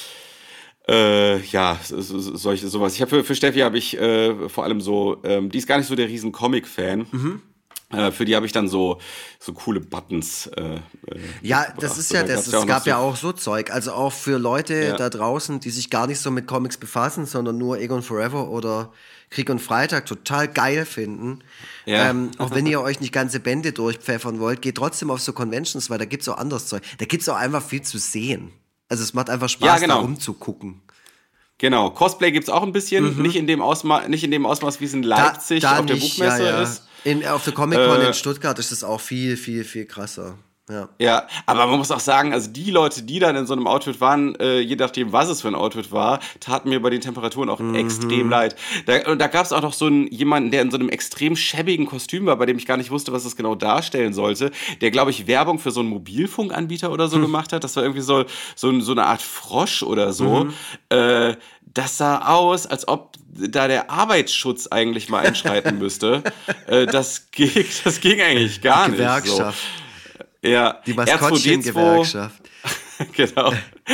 Äh, ja, so, so, solche, sowas. Ich habe für, für Steffi habe ich äh, vor allem so, ähm, die ist gar nicht so der riesen Comic-Fan. Mhm. Äh, für die habe ich dann so, so coole Buttons. Äh, ja, das ist ja da das. Es ja gab so ja auch so Zeug. Also auch für Leute ja. da draußen, die sich gar nicht so mit Comics befassen, sondern nur Egon Forever oder Krieg und Freitag total geil finden. Ja. Ähm, auch wenn ihr euch nicht ganze Bände durchpfeffern wollt, geht trotzdem auf so Conventions, weil da gibt's auch anderes Zeug. Da gibt's auch einfach viel zu sehen. Also es macht einfach Spaß, ja, genau. da rumzugucken. Genau, Cosplay gibt's auch ein bisschen, mhm. nicht in dem Ausmaß, nicht in dem Ausmaß, wie es in Leipzig da, da auf der nicht, Buchmesse ja, ja. ist. In, auf der Comic-Con äh, in Stuttgart ist es auch viel, viel, viel krasser. Ja. ja, aber man muss auch sagen, also die Leute, die dann in so einem Outfit waren, äh, je nachdem, was es für ein Outfit war, taten mir bei den Temperaturen auch mhm. extrem leid. Da, da gab es auch noch so einen, jemanden, der in so einem extrem schäbigen Kostüm war, bei dem ich gar nicht wusste, was das genau darstellen sollte, der, glaube ich, Werbung für so einen Mobilfunkanbieter oder so mhm. gemacht hat. Das war irgendwie so, so, so eine Art Frosch oder so. Mhm. Äh, das sah aus, als ob da der Arbeitsschutz eigentlich mal einschreiten müsste. äh, das, ging, das ging eigentlich gar nicht. Gewerkschaft. So. Ja, die Maskottchen-Gewerkschaft. Genau.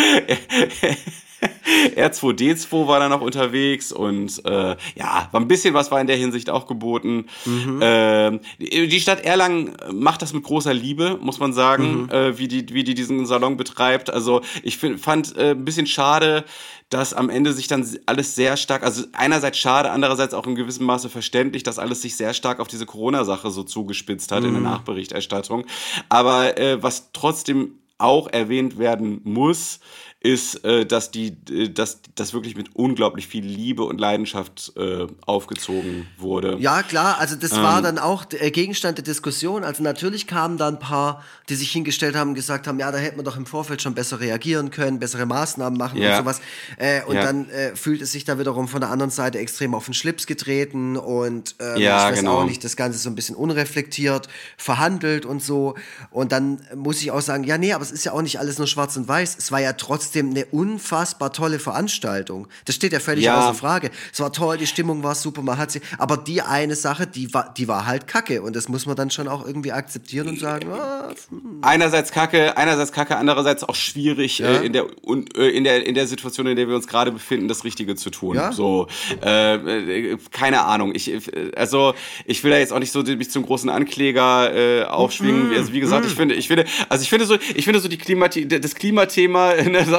R zwei D zwei war da noch unterwegs und äh, ja, war ein bisschen was war in der Hinsicht auch geboten. Mhm. Ähm, die Stadt Erlangen macht das mit großer Liebe, muss man sagen, mhm. äh, wie die wie die diesen Salon betreibt. Also ich find, fand äh, ein bisschen schade, dass am Ende sich dann alles sehr stark, also einerseits schade, andererseits auch in gewissem Maße verständlich, dass alles sich sehr stark auf diese Corona-Sache so zugespitzt hat mhm. in der Nachberichterstattung. Aber äh, was trotzdem auch erwähnt werden muss, ist, äh, dass die, äh, dass das wirklich mit unglaublich viel Liebe und Leidenschaft äh, aufgezogen wurde. Ja, klar, also das ähm, war dann auch äh, Gegenstand der Diskussion. Also natürlich kamen da ein paar, die sich hingestellt haben und gesagt haben, ja, da hätte man doch im Vorfeld schon besser reagieren können, bessere Maßnahmen machen ja. und sowas. Äh, und ja. dann äh, fühlt es sich da wiederum von der anderen Seite extrem auf den Schlips getreten und ähm, ja, ich weiß genau. auch nicht, das Ganze so ein bisschen unreflektiert verhandelt und so. Und dann muss ich auch sagen, ja, nee, aber es ist ja auch nicht alles nur schwarz und weiß. Es war ja trotzdem eine unfassbar tolle Veranstaltung. Das steht ja völlig ja. außer Frage. Es war toll, die Stimmung war super, man hat sie, aber die eine Sache, die war, die war halt Kacke und das muss man dann schon auch irgendwie akzeptieren und sagen, ah, hm. einerseits Kacke, einerseits Kacke, andererseits auch schwierig ja. äh, in der und, äh, in der in der Situation, in der wir uns gerade befinden, das Richtige zu tun. Ja? So, äh, keine Ahnung. Ich also ich will da jetzt auch nicht so mich zum großen Ankläger äh, aufschwingen. Mhm. Also wie gesagt, ich finde, ich finde, also ich finde so, ich finde so die Klimat, das Klimathema, ne, das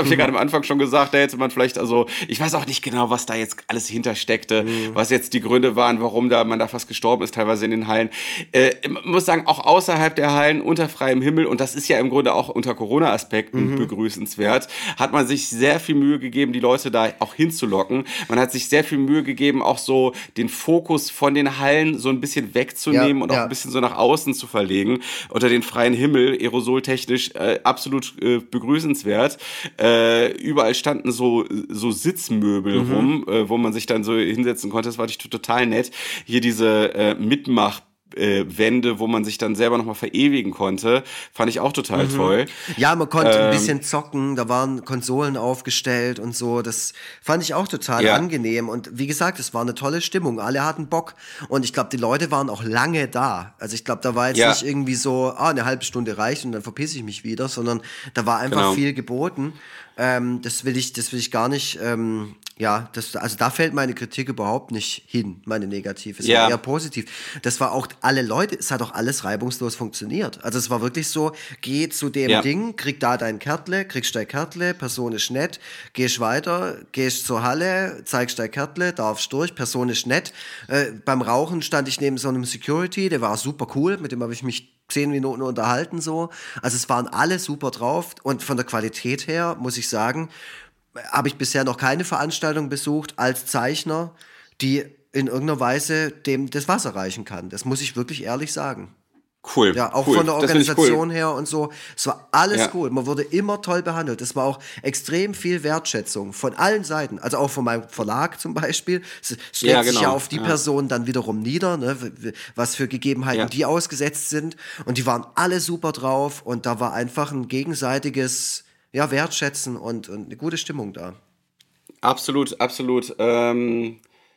habe ich ja gerade am Anfang schon gesagt, da hätte man vielleicht, also ich weiß auch nicht genau, was da jetzt alles hintersteckte, mhm. was jetzt die Gründe waren, warum da man da fast gestorben ist, teilweise in den Hallen. Äh, man muss sagen, auch außerhalb der Hallen, unter freiem Himmel, und das ist ja im Grunde auch unter Corona-Aspekten mhm. begrüßenswert, hat man sich sehr viel Mühe gegeben, die Leute da auch hinzulocken. Man hat sich sehr viel Mühe gegeben, auch so den Fokus von den Hallen so ein bisschen wegzunehmen ja, und auch ja. ein bisschen so nach außen zu verlegen, unter den freien Himmel, aerosoltechnisch äh, absolut äh, begrüßenswert. Äh, überall standen so, so Sitzmöbel mhm. rum, äh, wo man sich dann so hinsetzen konnte. Das war natürlich total nett. Hier diese äh, Mitmach- Äh, Wände, wo man sich dann selber nochmal verewigen konnte, fand ich auch total mhm. toll. Ja, man konnte ähm, ein bisschen zocken, da waren Konsolen aufgestellt und so, das fand ich auch total ja. angenehm und wie gesagt, es war eine tolle Stimmung, alle hatten Bock und ich glaube, die Leute waren auch lange da, also ich glaube, da war jetzt ja. nicht irgendwie so, ah, eine halbe Stunde reicht und dann verpiss ich mich wieder, sondern da war einfach genau. viel geboten. Ähm, das will ich, das will ich gar nicht, ähm, ja, das, also da fällt meine Kritik überhaupt nicht hin, meine negative. Es ja. war eher positiv. Das war auch alle Leute, es hat auch alles reibungslos funktioniert. Also es war wirklich so, geh zu dem ja. Ding, krieg da dein Kärtle, kriegst dein Kärtle, Person ist nett, gehst weiter, gehst zur Halle, zeigst dein Kärtle, darfst durch, Person ist nett. Äh, beim Rauchen stand ich neben so einem Security, der war super cool, mit dem habe ich mich zehn Minuten unterhalten so. Also es waren alle super drauf und von der Qualität her, muss ich sagen, habe ich bisher noch keine Veranstaltung besucht als Zeichner, die in irgendeiner Weise dem das Wasser reichen kann. Das muss ich wirklich ehrlich sagen. Cool. Ja, auch cool. von der Organisation cool. her und so. Es war alles ja. cool. Man wurde immer toll behandelt. Es war auch extrem viel Wertschätzung von allen Seiten. Also auch von meinem Verlag zum Beispiel. Es schlägt ja, genau. sich ja auf die ja. Person dann wiederum nieder, ne? Was für Gegebenheiten ja. die ausgesetzt sind. Und die waren alle super drauf. Und da war einfach ein gegenseitiges ja, Wertschätzen und, und eine gute Stimmung da. Absolut, absolut. Ähm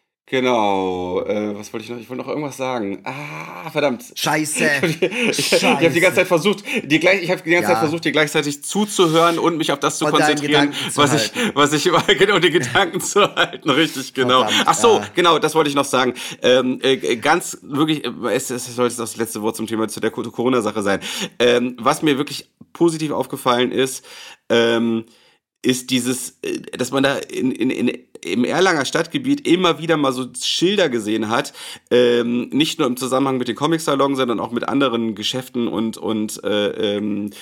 Genau, äh, was wollte ich noch? Ich wollte noch irgendwas sagen. Ah, verdammt. Scheiße. Ich, ich, ich habe die ganze Zeit versucht, dir gleich, ich habe die ganze ja. Zeit versucht, dir gleichzeitig zuzuhören und mich auf das zu und konzentrieren, was ich, was ich, genau, die Gedanken zu halten. Richtig, genau. Verdammt, Ach so, ja. genau, das wollte ich noch sagen. Ähm, äh, ganz wirklich, es, es sollte das letzte Wort zum Thema zu der Corona-Sache sein. Ähm, was mir wirklich positiv aufgefallen ist, ähm, ist dieses, dass man da in, in, in, im Erlanger Stadtgebiet immer wieder mal so Schilder gesehen hat, ähm, nicht nur im Zusammenhang mit den Comic-Salons, sondern auch mit anderen Geschäften und, und äh,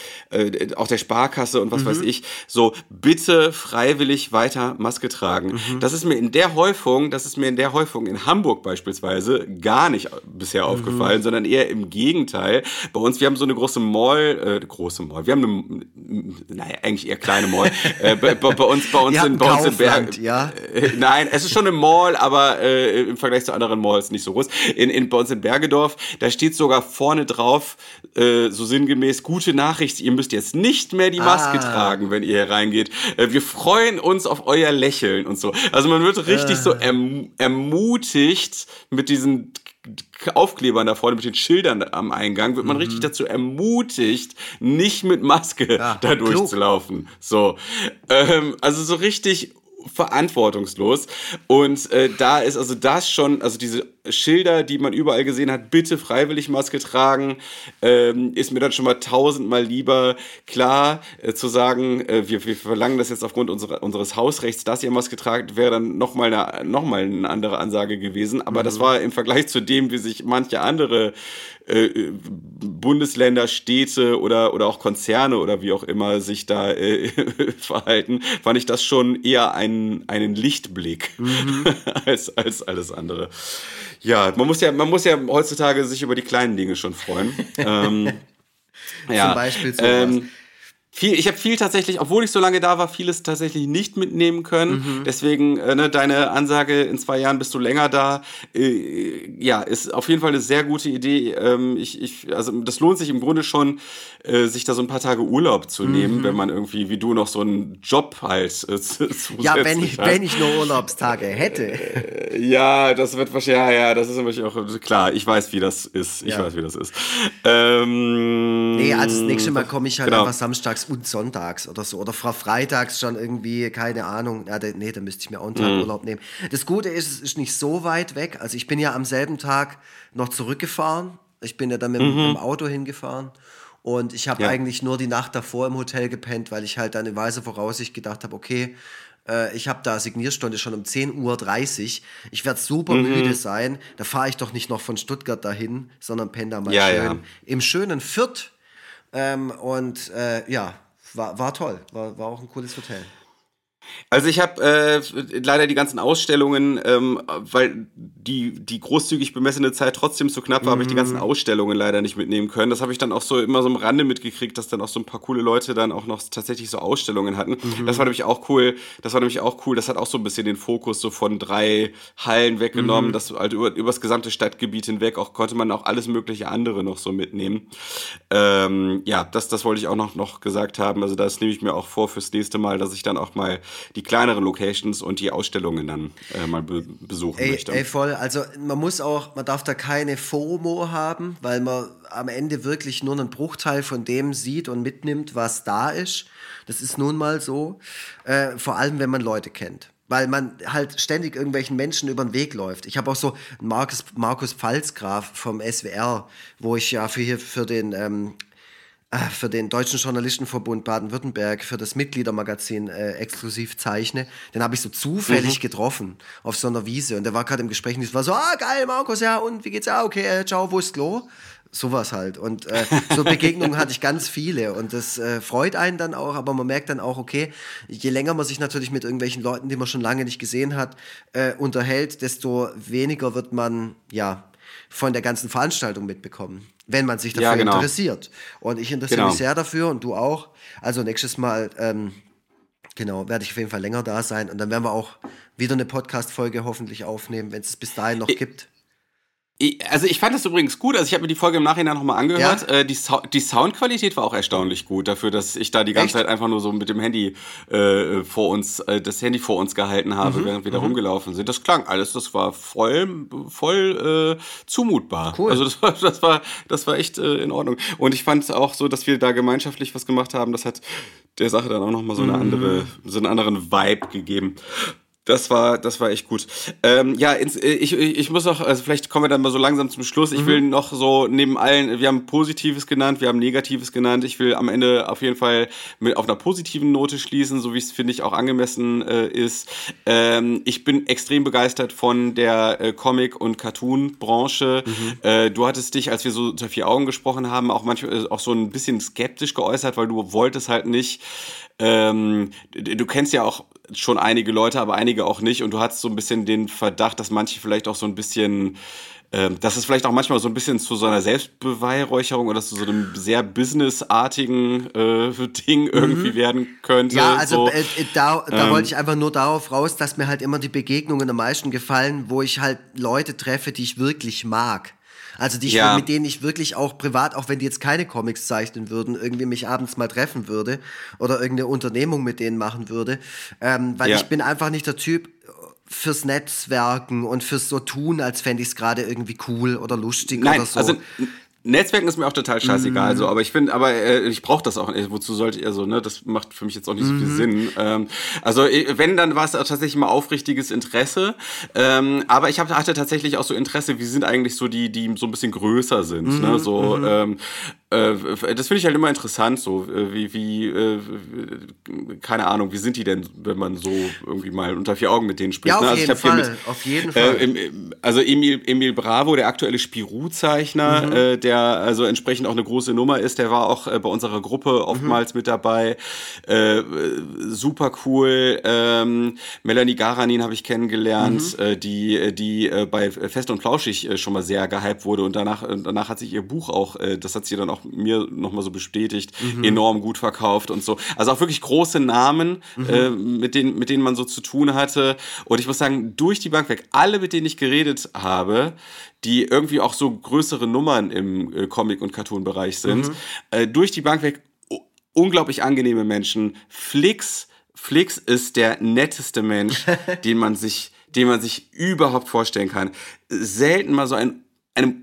äh, auch der Sparkasse und was mhm. weiß ich, so bitte freiwillig weiter Maske tragen. Mhm. Das ist mir in der Häufung, das ist mir in der Häufung in Hamburg beispielsweise gar nicht bisher mhm. aufgefallen, sondern eher im Gegenteil. Bei uns, wir haben so eine große Mall, äh, große Mall, wir haben eine, naja, eigentlich eher kleine Mall, äh, bei, bei, bei uns, bei uns in, bei uns in Berg, ja. Äh, nein, es ist schon eine Mall, aber äh, im Vergleich zu anderen Malls nicht so groß. In, in, bei uns in Bergedorf, da steht sogar vorne drauf, äh, so sinngemäß, gute Nachricht, ihr müsst jetzt nicht mehr die Maske ah. tragen, wenn ihr hier reingeht. Äh, wir freuen uns auf euer Lächeln und so. Also man wird richtig äh. so erm- ermutigt mit diesen Aufklebern da vorne, mit den Schildern am Eingang, wird man mhm. richtig dazu ermutigt, nicht mit Maske ja, da durchzulaufen. So, ähm, also so richtig verantwortungslos. Und äh, da ist also das schon, also diese Schilder, die man überall gesehen hat, bitte freiwillig Maske tragen, ähm, ist mir dann schon mal tausendmal lieber. Klar, äh, zu sagen, äh, wir, wir verlangen das jetzt aufgrund unserer, unseres Hausrechts, dass ihr Maske tragt, wäre dann nochmal eine, noch mal eine andere Ansage gewesen. Aber mhm. das war im Vergleich zu dem, wie sich manche andere äh, Bundesländer, Städte oder, oder auch Konzerne oder wie auch immer sich da äh, verhalten, fand ich das schon eher einen, einen Lichtblick mhm. als, als alles andere. Ja, man muss ja, man muss ja heutzutage sich über die kleinen Dinge schon freuen. ähm, ja, Zum Beispiel sowas. Ähm, Viel, ich habe viel tatsächlich, obwohl ich so lange da war, vieles tatsächlich nicht mitnehmen können. Mhm. Deswegen, äh, ne, deine Ansage, in zwei Jahren bist du länger da, äh, ja, ist auf jeden Fall eine sehr gute Idee. Ähm, ich, ich, also das lohnt sich im Grunde schon, äh, sich da so ein paar Tage Urlaub zu mhm. nehmen, wenn man irgendwie, wie du, noch so einen Job halt äh, zusätzlich Ja, wenn ich, hat. wenn ich nur Urlaubstage hätte. Äh, ja, das wird wahrscheinlich, ja, ja, das ist natürlich auch, klar, ich weiß, wie das ist. Ich ja. weiß, wie das ist. Ähm, nee, also das nächste Mal komme ich halt genau. einfach samstags und sonntags oder so. Oder freitags schon irgendwie, keine Ahnung. Ja, nee, da müsste ich mir auch einen Tag mhm. Urlaub nehmen. Das Gute ist, es ist nicht so weit weg. Also ich bin ja am selben Tag noch zurückgefahren. Ich bin ja dann mit, mhm. mit dem Auto hingefahren. Und ich habe ja. eigentlich nur die Nacht davor im Hotel gepennt, weil ich halt dann in weiser Voraussicht gedacht habe, okay, äh, ich habe da Signierstunde schon um zehn Uhr dreißig. Ich werde super mhm. müde sein. Da fahre ich doch nicht noch von Stuttgart dahin, sondern penne da mal ja, schön ja. im schönen Fürth. Ähm, und äh, ja, war, war toll. War, war auch ein cooles Hotel. Also ich habe äh, leider die ganzen Ausstellungen, ähm, weil die, die großzügig bemessene Zeit trotzdem zu knapp war, mm. habe ich die ganzen Ausstellungen leider nicht mitnehmen können. Das habe ich dann auch so immer so am Rande mitgekriegt, dass dann auch so ein paar coole Leute dann auch noch tatsächlich so Ausstellungen hatten. Mm-hmm. Das war nämlich auch cool. Das war nämlich auch cool. Das hat auch so ein bisschen den Fokus so von drei Hallen weggenommen. Mm-hmm. Das halt über, über das gesamte Stadtgebiet hinweg auch konnte man auch alles mögliche andere noch so mitnehmen. Ähm, ja, das, das wollte ich auch noch, noch gesagt haben. Also das nehme ich mir auch vor fürs nächste Mal, dass ich dann auch mal die kleineren Locations und die Ausstellungen dann äh, mal be- besuchen ey, möchte. Ey, voll. Also man muss auch, man darf da keine FOMO haben, weil man am Ende wirklich nur einen Bruchteil von dem sieht und mitnimmt, was da ist. Das ist nun mal so. Äh, vor allem, wenn man Leute kennt. Weil man halt ständig irgendwelchen Menschen über den Weg läuft. Ich habe auch so Markus, Markus Pfalzgraf vom S W R, wo ich ja für hier für den ähm, für den Deutschen Journalistenverbund Baden-Württemberg, für das Mitgliedermagazin äh, exklusiv zeichne. Den habe ich so zufällig mhm. getroffen auf so einer Wiese. Und der war gerade im Gespräch und ich war so, ah, geil, Markus, ja, und wie geht's? Ja, okay, äh, ciao, wo ist Klo? Sowas halt. Und äh, so Begegnungen hatte ich ganz viele. Und das äh, freut einen dann auch, aber man merkt dann auch, okay, je länger man sich natürlich mit irgendwelchen Leuten, die man schon lange nicht gesehen hat, äh, unterhält, desto weniger wird man, ja, von der ganzen Veranstaltung mitbekommen, wenn man sich dafür ja, genau. interessiert. Und ich interessiere genau. mich sehr dafür und du auch. Also nächstes Mal, ähm, genau, werde ich auf jeden Fall länger da sein und dann werden wir auch wieder eine Podcast-Folge hoffentlich aufnehmen, wenn es es bis dahin noch ich- gibt. Also ich fand das übrigens gut, also ich habe mir die Folge im Nachhinein nochmal angehört, ja? äh, die, Sau- die Soundqualität war auch erstaunlich gut, dafür, dass ich da die ganze Echt? Zeit einfach nur so mit dem Handy äh, vor uns, äh, das Handy vor uns gehalten habe, mhm. während wir da mhm. rumgelaufen sind. Das klang alles, das war voll, voll äh, zumutbar. Cool. Also das war, das war, das war echt äh, in Ordnung. Und ich fand es auch so, dass wir da gemeinschaftlich was gemacht haben, das hat der Sache dann auch nochmal so eine andere, so einen anderen Vibe gegeben. Das war, das war echt gut. Ähm, ja, ins, ich, ich muss auch, also vielleicht kommen wir dann mal so langsam zum Schluss. Ich mhm. will noch so neben allen, wir haben Positives genannt, wir haben Negatives genannt. Ich will am Ende auf jeden Fall mit auf einer positiven Note schließen, so wie es, finde ich, auch angemessen äh, ist. Ähm, ich bin extrem begeistert von der äh, Comic- und Cartoon-Branche. Mhm. Äh, du hattest dich, als wir so unter vier Augen gesprochen haben, auch manchmal äh, auch so ein bisschen skeptisch geäußert, weil du wolltest halt nicht, ähm, du, du kennst ja auch schon einige Leute, aber einige auch nicht. Und du hattest so ein bisschen den Verdacht, dass manche vielleicht auch so ein bisschen, ähm, dass es vielleicht auch manchmal so ein bisschen zu so einer Selbstbeweihräucherung oder zu so einem sehr businessartigen äh, Ding irgendwie mhm. werden könnte. Ja, also so. äh, da, da ähm, wollte ich einfach nur darauf raus, dass mir halt immer die Begegnungen am meisten gefallen, wo ich halt Leute treffe, die ich wirklich mag. Also die ich, ja. mit denen ich wirklich auch privat, auch wenn die jetzt keine Comics zeichnen würden, irgendwie mich abends mal treffen würde oder irgendeine Unternehmung mit denen machen würde. Ähm, weil ja. ich bin einfach nicht der Typ fürs Netzwerken und fürs so tun, als fände ich es gerade irgendwie cool oder lustig Nein, oder so. Also Netzwerken ist mir auch total scheißegal, mm. so, aber ich finde, aber äh, ich brauche das auch nicht. Wozu sollte ich, also, ne, das macht für mich jetzt auch nicht mm. so viel Sinn. Ähm, also, wenn, dann war es tatsächlich mal aufrichtiges Interesse. Ähm, aber ich hab, hatte tatsächlich auch so Interesse, wie sind eigentlich so die, die so ein bisschen größer sind, mm. ne, so, mm. ähm, äh, das finde ich halt immer interessant, so, wie, wie, äh, keine Ahnung, wie sind die denn, wenn man so irgendwie mal unter vier Augen mit denen spricht? Ja, auf ne? also jeden ich Fall, hier mit, auf jeden Fall. Äh, also, Emil, Emil Bravo, der aktuelle Spirou-Zeichner, mm. äh, der also entsprechend auch eine große Nummer ist, der war auch äh, bei unserer Gruppe oftmals mhm. mit dabei. Äh, super cool. Ähm, Melanie Garanin habe ich kennengelernt, mhm. äh, die, die äh, bei Fest und Flauschig äh, schon mal sehr gehypt wurde und danach, äh, danach hat sich ihr Buch auch, äh, das hat sie dann auch mir nochmal so bestätigt, mhm. enorm gut verkauft und so. Also auch wirklich große Namen, mhm. äh, mit denen, mit denen man so zu tun hatte. Und ich muss sagen, durch die Bank weg, alle, mit denen ich geredet habe, die irgendwie auch so größere Nummern im äh, Comic- und Cartoon-Bereich sind, mhm. äh, durch die Bank weg oh, unglaublich angenehme Menschen. Flix, Flix ist der netteste Mensch, den man sich, den man sich überhaupt vorstellen kann. Selten mal so ein, einem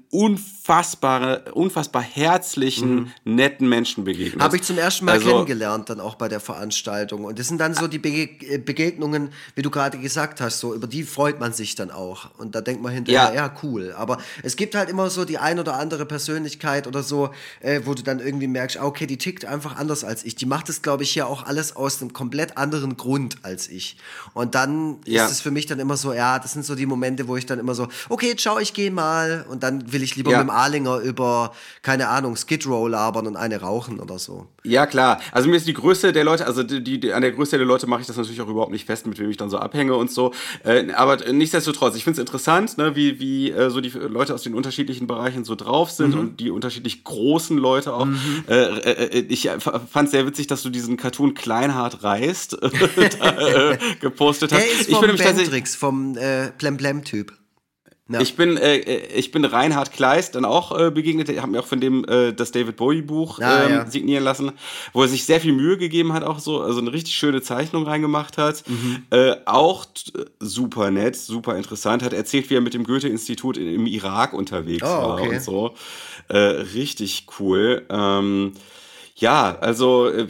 unfassbare, unfassbar herzlichen, mhm. netten Menschen begegnest. Habe ich zum ersten Mal also, kennengelernt, dann auch bei der Veranstaltung. Und das sind dann so die Bege- Begegnungen, wie du gerade gesagt hast, so über die freut man sich dann auch. Und da denkt man hinterher, ja. ja, cool. Aber es gibt halt immer so die ein oder andere Persönlichkeit oder so, äh, wo du dann irgendwie merkst, okay, die tickt einfach anders als ich. Die macht es, glaube ich, hier auch alles aus einem komplett anderen Grund als ich. Und dann ja. ist es für mich dann immer so, ja, das sind so die Momente, wo ich dann immer so, okay, ciao, ich gehe mal. Und dann will ich lieber ja. mit dem Ahlinger über, keine Ahnung, Skid Row labern und eine rauchen oder so. Ja, klar. Also mir ist die Größe der Leute, also die, die, an der Größe der Leute mache ich das natürlich auch überhaupt nicht fest, mit wem ich dann so abhänge und so. Äh, aber nichtsdestotrotz, ich finde es interessant, ne, wie, wie äh, so die Leute aus den unterschiedlichen Bereichen so drauf sind mhm. und die unterschiedlich großen Leute auch. Mhm. Äh, äh, ich fand es sehr witzig, dass du diesen Cartoon Kleinhart reißt da, äh, gepostet hast. Der ist vom Bentrix, vom äh, Plem-Plem-Typ. Ja. Ich bin äh, ich bin Reinhard Kleist dann auch äh, begegnet. Ich habe mir auch von dem äh, das David Bowie Buch ah, ähm, ja. signieren lassen, wo er sich sehr viel Mühe gegeben hat, auch so, also eine richtig schöne Zeichnung reingemacht hat. Mhm. Äh, auch t- super nett, super interessant. Hat erzählt, wie er mit dem Goethe-Institut in, im Irak unterwegs oh, war okay. und so. Äh, richtig cool. Ähm, ja, also äh,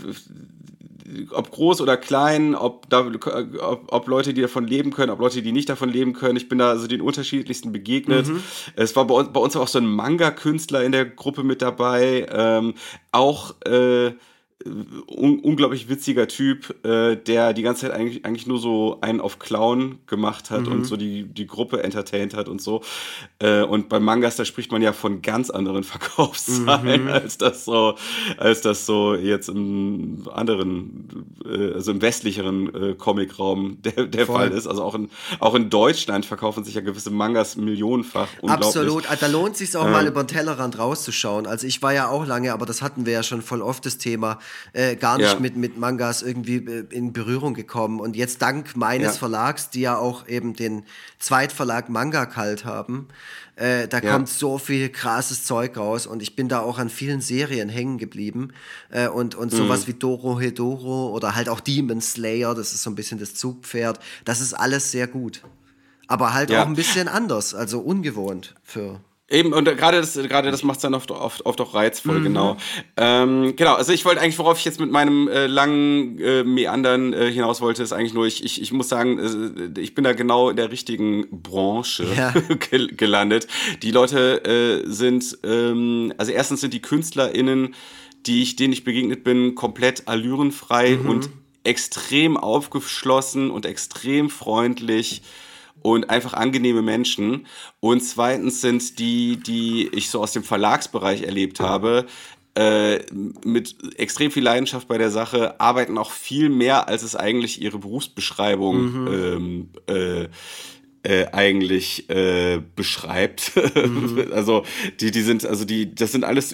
ob groß oder klein, ob, da, ob, ob Leute, die davon leben können, ob Leute, die nicht davon leben können. Ich bin da also den unterschiedlichsten begegnet. Mhm. Es war bei uns, bei uns auch so ein Manga-Künstler in der Gruppe mit dabei. Ähm, auch äh, un- unglaublich witziger Typ, äh, der die ganze Zeit eigentlich, eigentlich nur so einen auf Clown gemacht hat mhm. und so die, die Gruppe entertaint hat und so. Äh, und bei Mangas, da spricht man ja von ganz anderen Verkaufszahlen, mhm. als das so, als das so jetzt im anderen, äh, also im westlicheren äh, Comic-Raum der, der Fall ist. Also auch in, auch in Deutschland verkaufen sich ja gewisse Mangas millionenfach. Absolut, da lohnt es sich auch ähm, mal über den Tellerrand rauszuschauen. Also ich war ja auch lange, aber das hatten wir ja schon voll oft das Thema, Äh, gar nicht ja. mit, mit Mangas irgendwie äh, in Berührung gekommen. Und jetzt dank meines ja. Verlags, die ja auch eben den Zweitverlag Manga Cult haben, äh, da ja. kommt so viel krasses Zeug raus. Und ich bin da auch an vielen Serien hängen geblieben. Äh, und und sowas mhm. wie Dorohedoro oder halt auch Demon Slayer, das ist so ein bisschen das Zugpferd. Das ist alles sehr gut. Aber halt ja. auch ein bisschen anders, also ungewohnt für... Eben, und gerade das, gerade das macht es dann oft, oft, oft auch reizvoll, mhm. genau. Ähm, genau, also ich wollte eigentlich, worauf ich jetzt mit meinem äh, langen äh, Meandern äh, hinaus wollte, ist eigentlich nur, ich, ich, ich muss sagen, äh, ich bin da genau in der richtigen Branche ja. gel- gelandet. Die Leute äh, sind, ähm, also erstens sind die KünstlerInnen, die ich, denen ich begegnet bin, komplett allürenfrei mhm. und extrem aufgeschlossen und extrem freundlich und einfach angenehme Menschen. Und zweitens sind die, die ich so aus dem Verlagsbereich erlebt habe, äh, mit extrem viel Leidenschaft bei der Sache, arbeiten auch viel mehr, als es eigentlich ihre Berufsbeschreibung mhm. ähm, äh, äh, eigentlich äh, beschreibt. Mhm. Also die, die sind, also die, das sind alles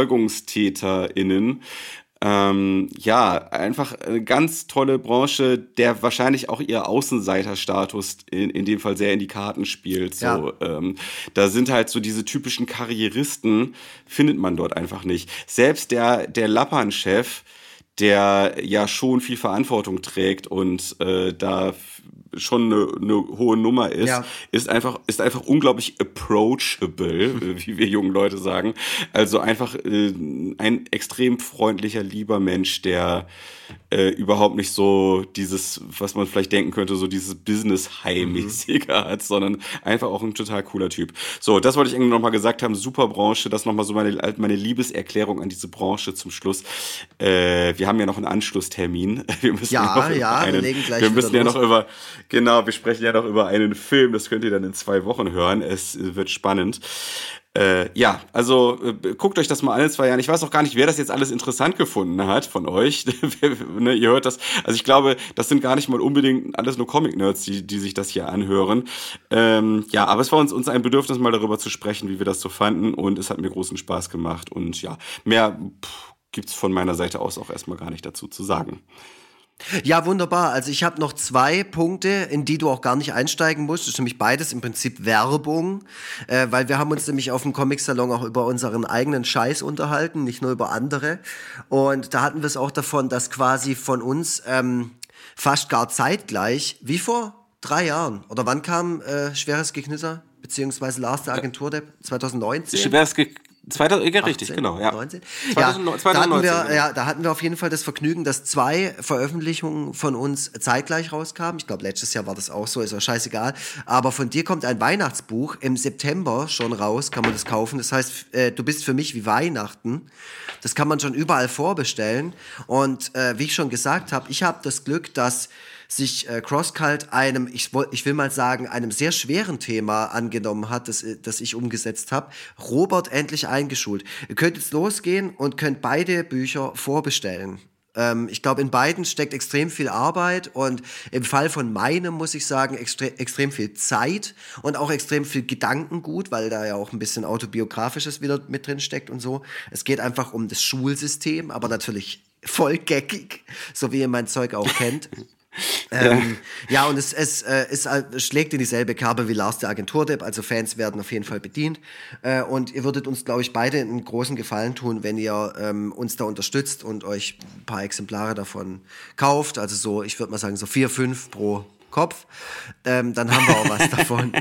ÜberzeugungstäterInnen. Ähm, ja, einfach eine ganz tolle Branche, der wahrscheinlich auch ihr Außenseiterstatus in, in dem Fall sehr in die Karten spielt. So, ja. ähm, da sind halt so diese typischen Karrieristen, findet man dort einfach nicht. Selbst der, der Lappern-Chef, der ja schon viel Verantwortung trägt und äh, da schon eine, eine hohe Nummer ist, ja. ist einfach ist einfach unglaublich approachable, wie wir jungen Leute sagen. Also einfach äh, ein extrem freundlicher, lieber Mensch, der äh, überhaupt nicht so dieses, was man vielleicht denken könnte, so dieses Business-High-mäßige mhm. hat, sondern einfach auch ein total cooler Typ. So, das wollte ich irgendwie nochmal gesagt haben. Super Branche, das nochmal so meine, meine Liebeserklärung an diese Branche zum Schluss. Äh, wir haben ja noch einen Anschlusstermin. Wir müssen ja, noch ja, einen, wir legen gleich Wir müssen ja los. noch über, genau, wir sprechen ja noch über einen Film, das könnt ihr dann in zwei Wochen hören. Es wird spannend. Äh, ja, also äh, guckt euch das mal an in zwei Jahren. Ich weiß auch gar nicht, wer das jetzt alles interessant gefunden hat von euch. Ne, ihr hört das. Also ich glaube, das sind gar nicht mal unbedingt alles nur Comic-Nerds, die, die sich das hier anhören. Ähm, ja, aber es war uns, uns ein Bedürfnis, mal darüber zu sprechen, wie wir das so fanden. Und es hat mir großen Spaß gemacht. Und ja, mehr pff, gibt's von meiner Seite aus auch erstmal gar nicht dazu zu sagen. Ja, wunderbar. Also ich habe noch zwei Punkte, in die du auch gar nicht einsteigen musst. Das ist nämlich beides im Prinzip Werbung, äh, weil wir haben uns nämlich auf dem Comic-Salon auch über unseren eigenen Scheiß unterhalten, nicht nur über andere. Und da hatten wir es auch davon, dass quasi von uns ähm, fast gar zeitgleich, wie vor drei Jahren, oder wann kam äh, Schweres Geknitter? beziehungsweise Lars der Agenturdepp zwanzig neunzehn. zweitausend, ja, richtig, genau. Ja. neunzehn? Ja, zweitausendneunzehn, da hatten wir, ja, da hatten wir auf jeden Fall das Vergnügen, dass zwei Veröffentlichungen von uns zeitgleich rauskamen. Ich glaube, letztes Jahr war das auch so, ist auch scheißegal. Aber von dir kommt ein Weihnachtsbuch im September schon raus, kann man das kaufen. Das heißt, äh, du bist für mich wie Weihnachten. Das kann man schon überall vorbestellen. Und äh, wie ich schon gesagt habe, ich habe das Glück, dass sich äh, CrossCult einem, ich, ich will mal sagen, einem sehr schweren Thema angenommen hat, das, das ich umgesetzt habe. Robert endlich eingeschult. Ihr könnt jetzt losgehen und könnt beide Bücher vorbestellen. Ähm, ich glaube, in beiden steckt extrem viel Arbeit und im Fall von meinem, muss ich sagen, extre- extrem viel Zeit und auch extrem viel Gedankengut, weil da ja auch ein bisschen Autobiografisches wieder mit drin steckt und so. Es geht einfach um das Schulsystem, aber natürlich voll geckig, so wie ihr mein Zeug auch kennt. ähm, ja, und es, es, äh, es, es schlägt in dieselbe Kerbe wie Lars der Agenturdepp, also Fans werden auf jeden Fall bedient. Äh, und ihr würdet uns, glaube ich, beide einen großen Gefallen tun, wenn ihr ähm, uns da unterstützt und euch ein paar Exemplare davon kauft. Also so, ich würde mal sagen, so vier, fünf pro Kopf, ähm, dann haben wir auch was davon.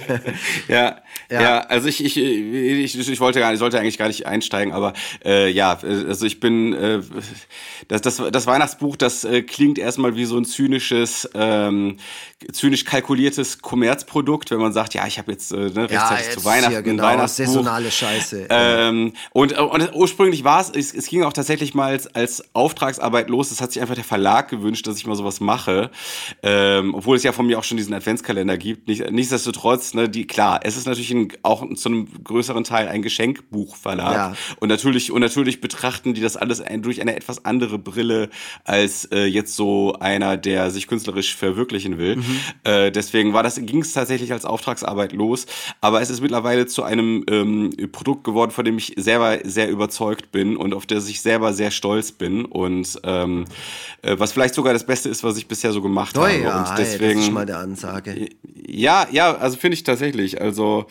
ja, ja, ja, also ich, ich, ich, ich wollte gar nicht, sollte eigentlich gar nicht einsteigen, aber äh, ja, also ich bin, äh, das, das, das Weihnachtsbuch, das äh, klingt erstmal wie so ein zynisches, ähm, zynisch kalkuliertes Kommerzprodukt, wenn man sagt, ja, ich habe jetzt äh, ne, rechtzeitig ja, zu Weihnachten hier, genau, ein Weihnachtsbuch. Saisonale Scheiße. Ähm, und, und ursprünglich war es, es, es ging auch tatsächlich mal als, als Auftragsarbeit los, das hat sich einfach der Verlag gewünscht, dass ich mal sowas mache. Ähm, obwohl es ja von mir auch schon diesen Adventskalender gibt. Nicht, nichtsdestotrotz, ne, die, klar, es ist natürlich ein, auch zu einem größeren Teil ein Geschenkbuchverlag. Ja. Und natürlich, und natürlich betrachten die das alles ein, durch eine etwas andere Brille als äh, jetzt so einer, der sich künstlerisch verwirklichen will. Mhm. Äh, deswegen war das, ging es tatsächlich als Auftragsarbeit los. Aber es ist mittlerweile zu einem ähm, Produkt geworden, von dem ich selber sehr überzeugt bin und auf das ich selber sehr stolz bin. Und ähm, äh, was vielleicht sogar das Beste ist, was ich bisher so gemacht oh, habe. Ja, und deswegen, hey, das ist mal der Ansage. Ja, ja, also finde ich tatsächlich. Also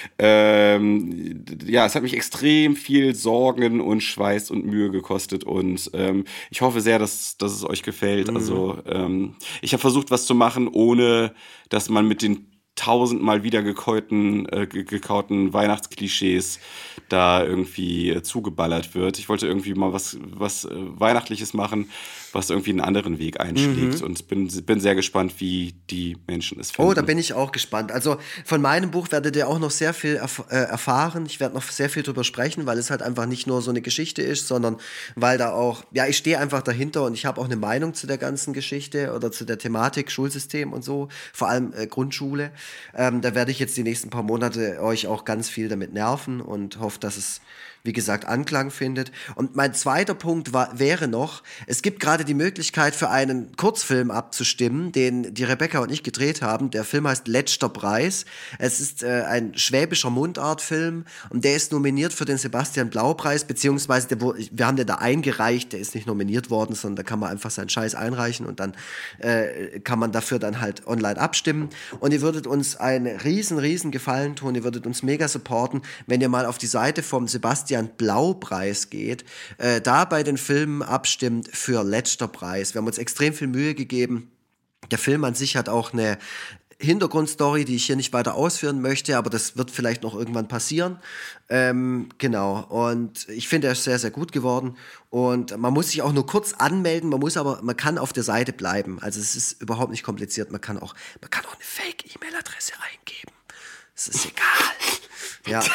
ähm, ja, es hat mich extrem viel Sorgen und Schweiß und Mühe gekostet und ähm, ich hoffe sehr, dass, dass es euch gefällt. Mhm. Also ähm, ich habe versucht, was zu machen, ohne dass man mit den tausendmal wieder gekauten, äh, gekauten Weihnachtsklischees da irgendwie äh, zugeballert wird. Ich wollte irgendwie mal was, was äh, Weihnachtliches machen, was irgendwie einen anderen Weg einschlägt. Mhm. Und bin, bin sehr gespannt, wie die Menschen es finden. Oh, da bin ich auch gespannt. Also von meinem Buch werdet ihr auch noch sehr viel erf- äh, erfahren. Ich werde noch sehr viel drüber sprechen, weil es halt einfach nicht nur so eine Geschichte ist, sondern weil da auch, ja, ich stehe einfach dahinter und ich habe auch eine Meinung zu der ganzen Geschichte oder zu der Thematik, Schulsystem und so, vor allem äh, Grundschule. Ähm, da werde ich jetzt die nächsten paar Monate euch auch ganz viel damit nerven und hoffe, dass es, wie gesagt, Anklang findet. Und mein zweiter Punkt war, wäre noch, es gibt gerade die Möglichkeit für einen Kurzfilm abzustimmen, den die Rebecca und ich gedreht haben. Der Film heißt Letzter Preis. Es ist äh, ein schwäbischer Mundartfilm und der ist nominiert für den Sebastian-Blau-Preis, beziehungsweise der, wir haben den da eingereicht, der ist nicht nominiert worden, sondern da kann man einfach seinen Scheiß einreichen und dann äh, kann man dafür dann halt online abstimmen. Und ihr würdet uns einen riesen, riesen Gefallen tun, ihr würdet uns mega supporten, wenn ihr mal auf die Seite vom Sebastian Blau-Preis geht, äh, da bei den Filmen abstimmt für Letzter Preis. Wir haben uns extrem viel Mühe gegeben. Der Film an sich hat auch eine Hintergrundstory, die ich hier nicht weiter ausführen möchte, aber das wird vielleicht noch irgendwann passieren. Ähm, genau, und ich finde, er ist sehr, sehr gut geworden und man muss sich auch nur kurz anmelden, man muss aber, man kann auf der Seite bleiben, also es ist überhaupt nicht kompliziert, man kann auch, man kann auch eine Fake-E-Mail-Adresse eingeben. Es ist egal. Ja.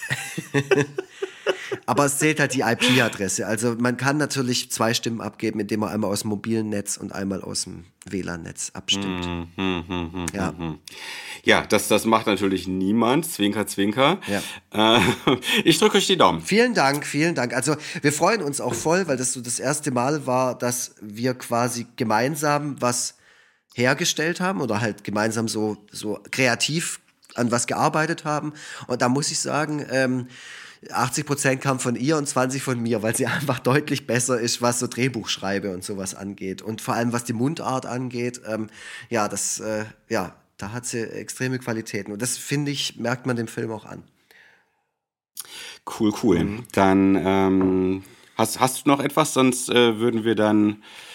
Aber es zählt halt die I P-Adresse. Also man kann natürlich zwei Stimmen abgeben, indem man einmal aus dem mobilen Netz und einmal aus dem W L A N-Netz abstimmt. Hm, hm, hm, hm, ja, hm. ja das, das macht natürlich niemand. Zwinker, zwinker. Ja. Äh, ich drücke euch die Daumen. Vielen Dank, vielen Dank. Also wir freuen uns auch voll, weil das so das erste Mal war, dass wir quasi gemeinsam was hergestellt haben oder halt gemeinsam so, so kreativ an was gearbeitet haben. Und da muss ich sagen, ähm, achtzig Prozent kam von ihr und zwanzig von mir, weil sie einfach deutlich besser ist, was so Drehbuchschreibe und sowas angeht. Und vor allem, was die Mundart angeht, ähm, ja, das, äh, ja, da hat sie extreme Qualitäten. Und das, finde ich, merkt man dem Film auch an. Cool, cool. Mhm. Dann ähm, hast, hast du noch etwas? Sonst äh, würden wir dann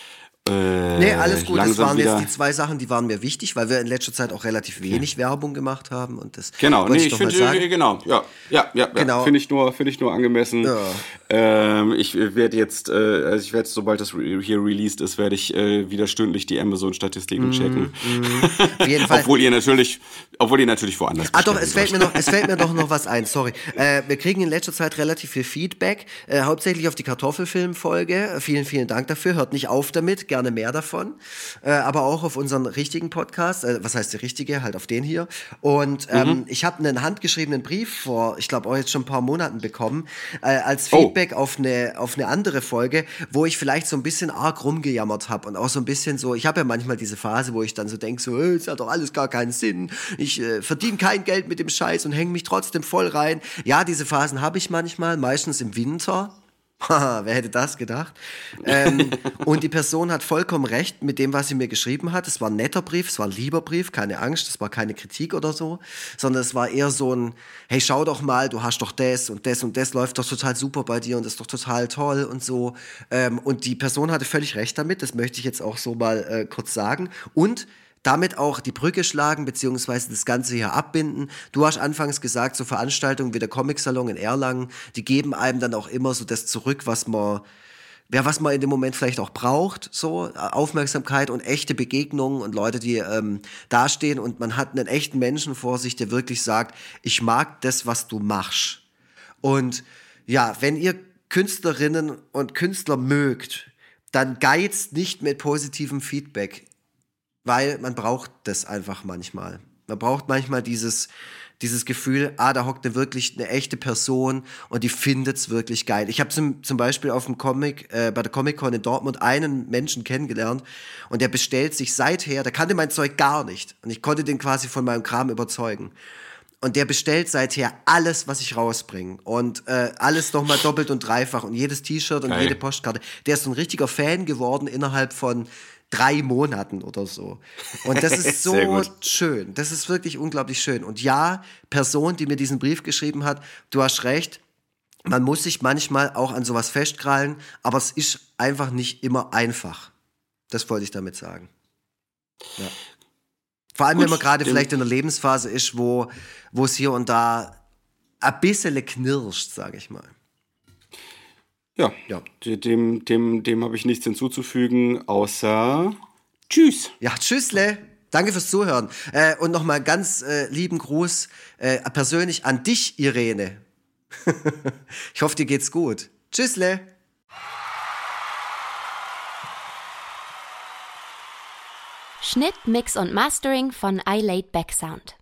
Äh, nee, alles gut. Das waren jetzt die zwei Sachen, die waren mir wichtig, weil wir in letzter Zeit auch relativ wenig ja. Werbung gemacht haben. Und das genau, nee, ich, ich finde, genau, ja, ja, ja, genau. finde ich nur, finde ich nur angemessen. Ja. Ähm, ich werde jetzt, äh, also ich werde, sobald das hier released ist, werde ich äh, wieder stündlich die Amazon-Statistiken mm, checken. Mm. Auf jeden Fall. obwohl ihr natürlich, obwohl ihr natürlich woanders. Ah, doch, es fällt mir noch, es fällt mir doch noch was ein. Sorry, äh, wir kriegen in letzter Zeit relativ viel Feedback, äh, hauptsächlich auf die Kartoffelfilm-Folge. Vielen, vielen Dank dafür. Hört nicht auf damit, gerne mehr davon. Äh, aber auch auf unseren richtigen Podcast. Äh, was heißt der richtige? Halt auf den hier. Und ähm, mhm. ich habe einen handgeschriebenen Brief vor, ich glaube auch jetzt schon ein paar Monaten bekommen, äh, als Feedback oh. auf eine auf eine andere Folge, wo ich vielleicht so ein bisschen arg rumgejammert habe und auch so ein bisschen so, ich habe ja manchmal diese Phase, wo ich dann so denke, so, es hat doch alles gar keinen Sinn. Ich äh, verdiene kein Geld mit dem Scheiß und hänge mich trotzdem voll rein. Ja, diese Phasen habe ich manchmal, meistens im Winter. Haha, wer hätte das gedacht? ähm, und die Person hat vollkommen recht mit dem, was sie mir geschrieben hat. Es war ein netter Brief, es war ein lieber Brief, keine Angst, es war keine Kritik oder so, sondern es war eher so ein, hey, schau doch mal, du hast doch das und das und das läuft doch total super bei dir und das ist doch total toll und so. Ähm, und die Person hatte völlig recht damit, das möchte ich jetzt auch so mal äh, kurz sagen. Und damit auch die Brücke schlagen, beziehungsweise das Ganze hier abbinden. Du hast anfangs gesagt, so Veranstaltungen wie der Comic-Salon in Erlangen, die geben einem dann auch immer so das zurück, was man, ja, was man in dem Moment vielleicht auch braucht, so Aufmerksamkeit und echte Begegnungen und Leute, die ähm, dastehen und man hat einen echten Menschen vor sich, der wirklich sagt, ich mag das, was du machst. Und ja, wenn ihr Künstlerinnen und Künstler mögt, dann geizt nicht mit positivem Feedback. Weil man braucht das einfach manchmal. Man braucht manchmal dieses, dieses Gefühl, ah, da hockt eine wirklich eine echte Person und die findet's wirklich geil. Ich habe zum, zum Beispiel auf dem Comic, äh, bei der Comic-Con in Dortmund einen Menschen kennengelernt und der bestellt sich seither, der kannte mein Zeug gar nicht und ich konnte den quasi von meinem Kram überzeugen. Und der bestellt seither alles, was ich rausbringe. Und äh, alles nochmal doppelt und dreifach und jedes T-Shirt und geil. Jede Postkarte. Der ist so ein richtiger Fan geworden innerhalb von drei Monaten oder so. Und das ist so schön. Das ist wirklich unglaublich schön. Und ja, Person, die mir diesen Brief geschrieben hat, du hast recht, man muss sich manchmal auch an sowas festkrallen, aber es ist einfach nicht immer einfach. Das wollte ich damit sagen. Ja. Vor allem, Gut, wenn man gerade vielleicht in einer Lebensphase ist, wo, wo es hier und da ein bisschen knirscht, sage ich mal. Ja, ja. dem, dem, dem habe ich nichts hinzuzufügen, außer Tschüss. Ja, tschüssle. Danke fürs Zuhören. Äh, und nochmal ganz äh, lieben Gruß äh, persönlich an dich, Irene. Ich hoffe, dir geht's gut. Tschüssle. Schnitt, Mix und Mastering von iLaid Back Sound.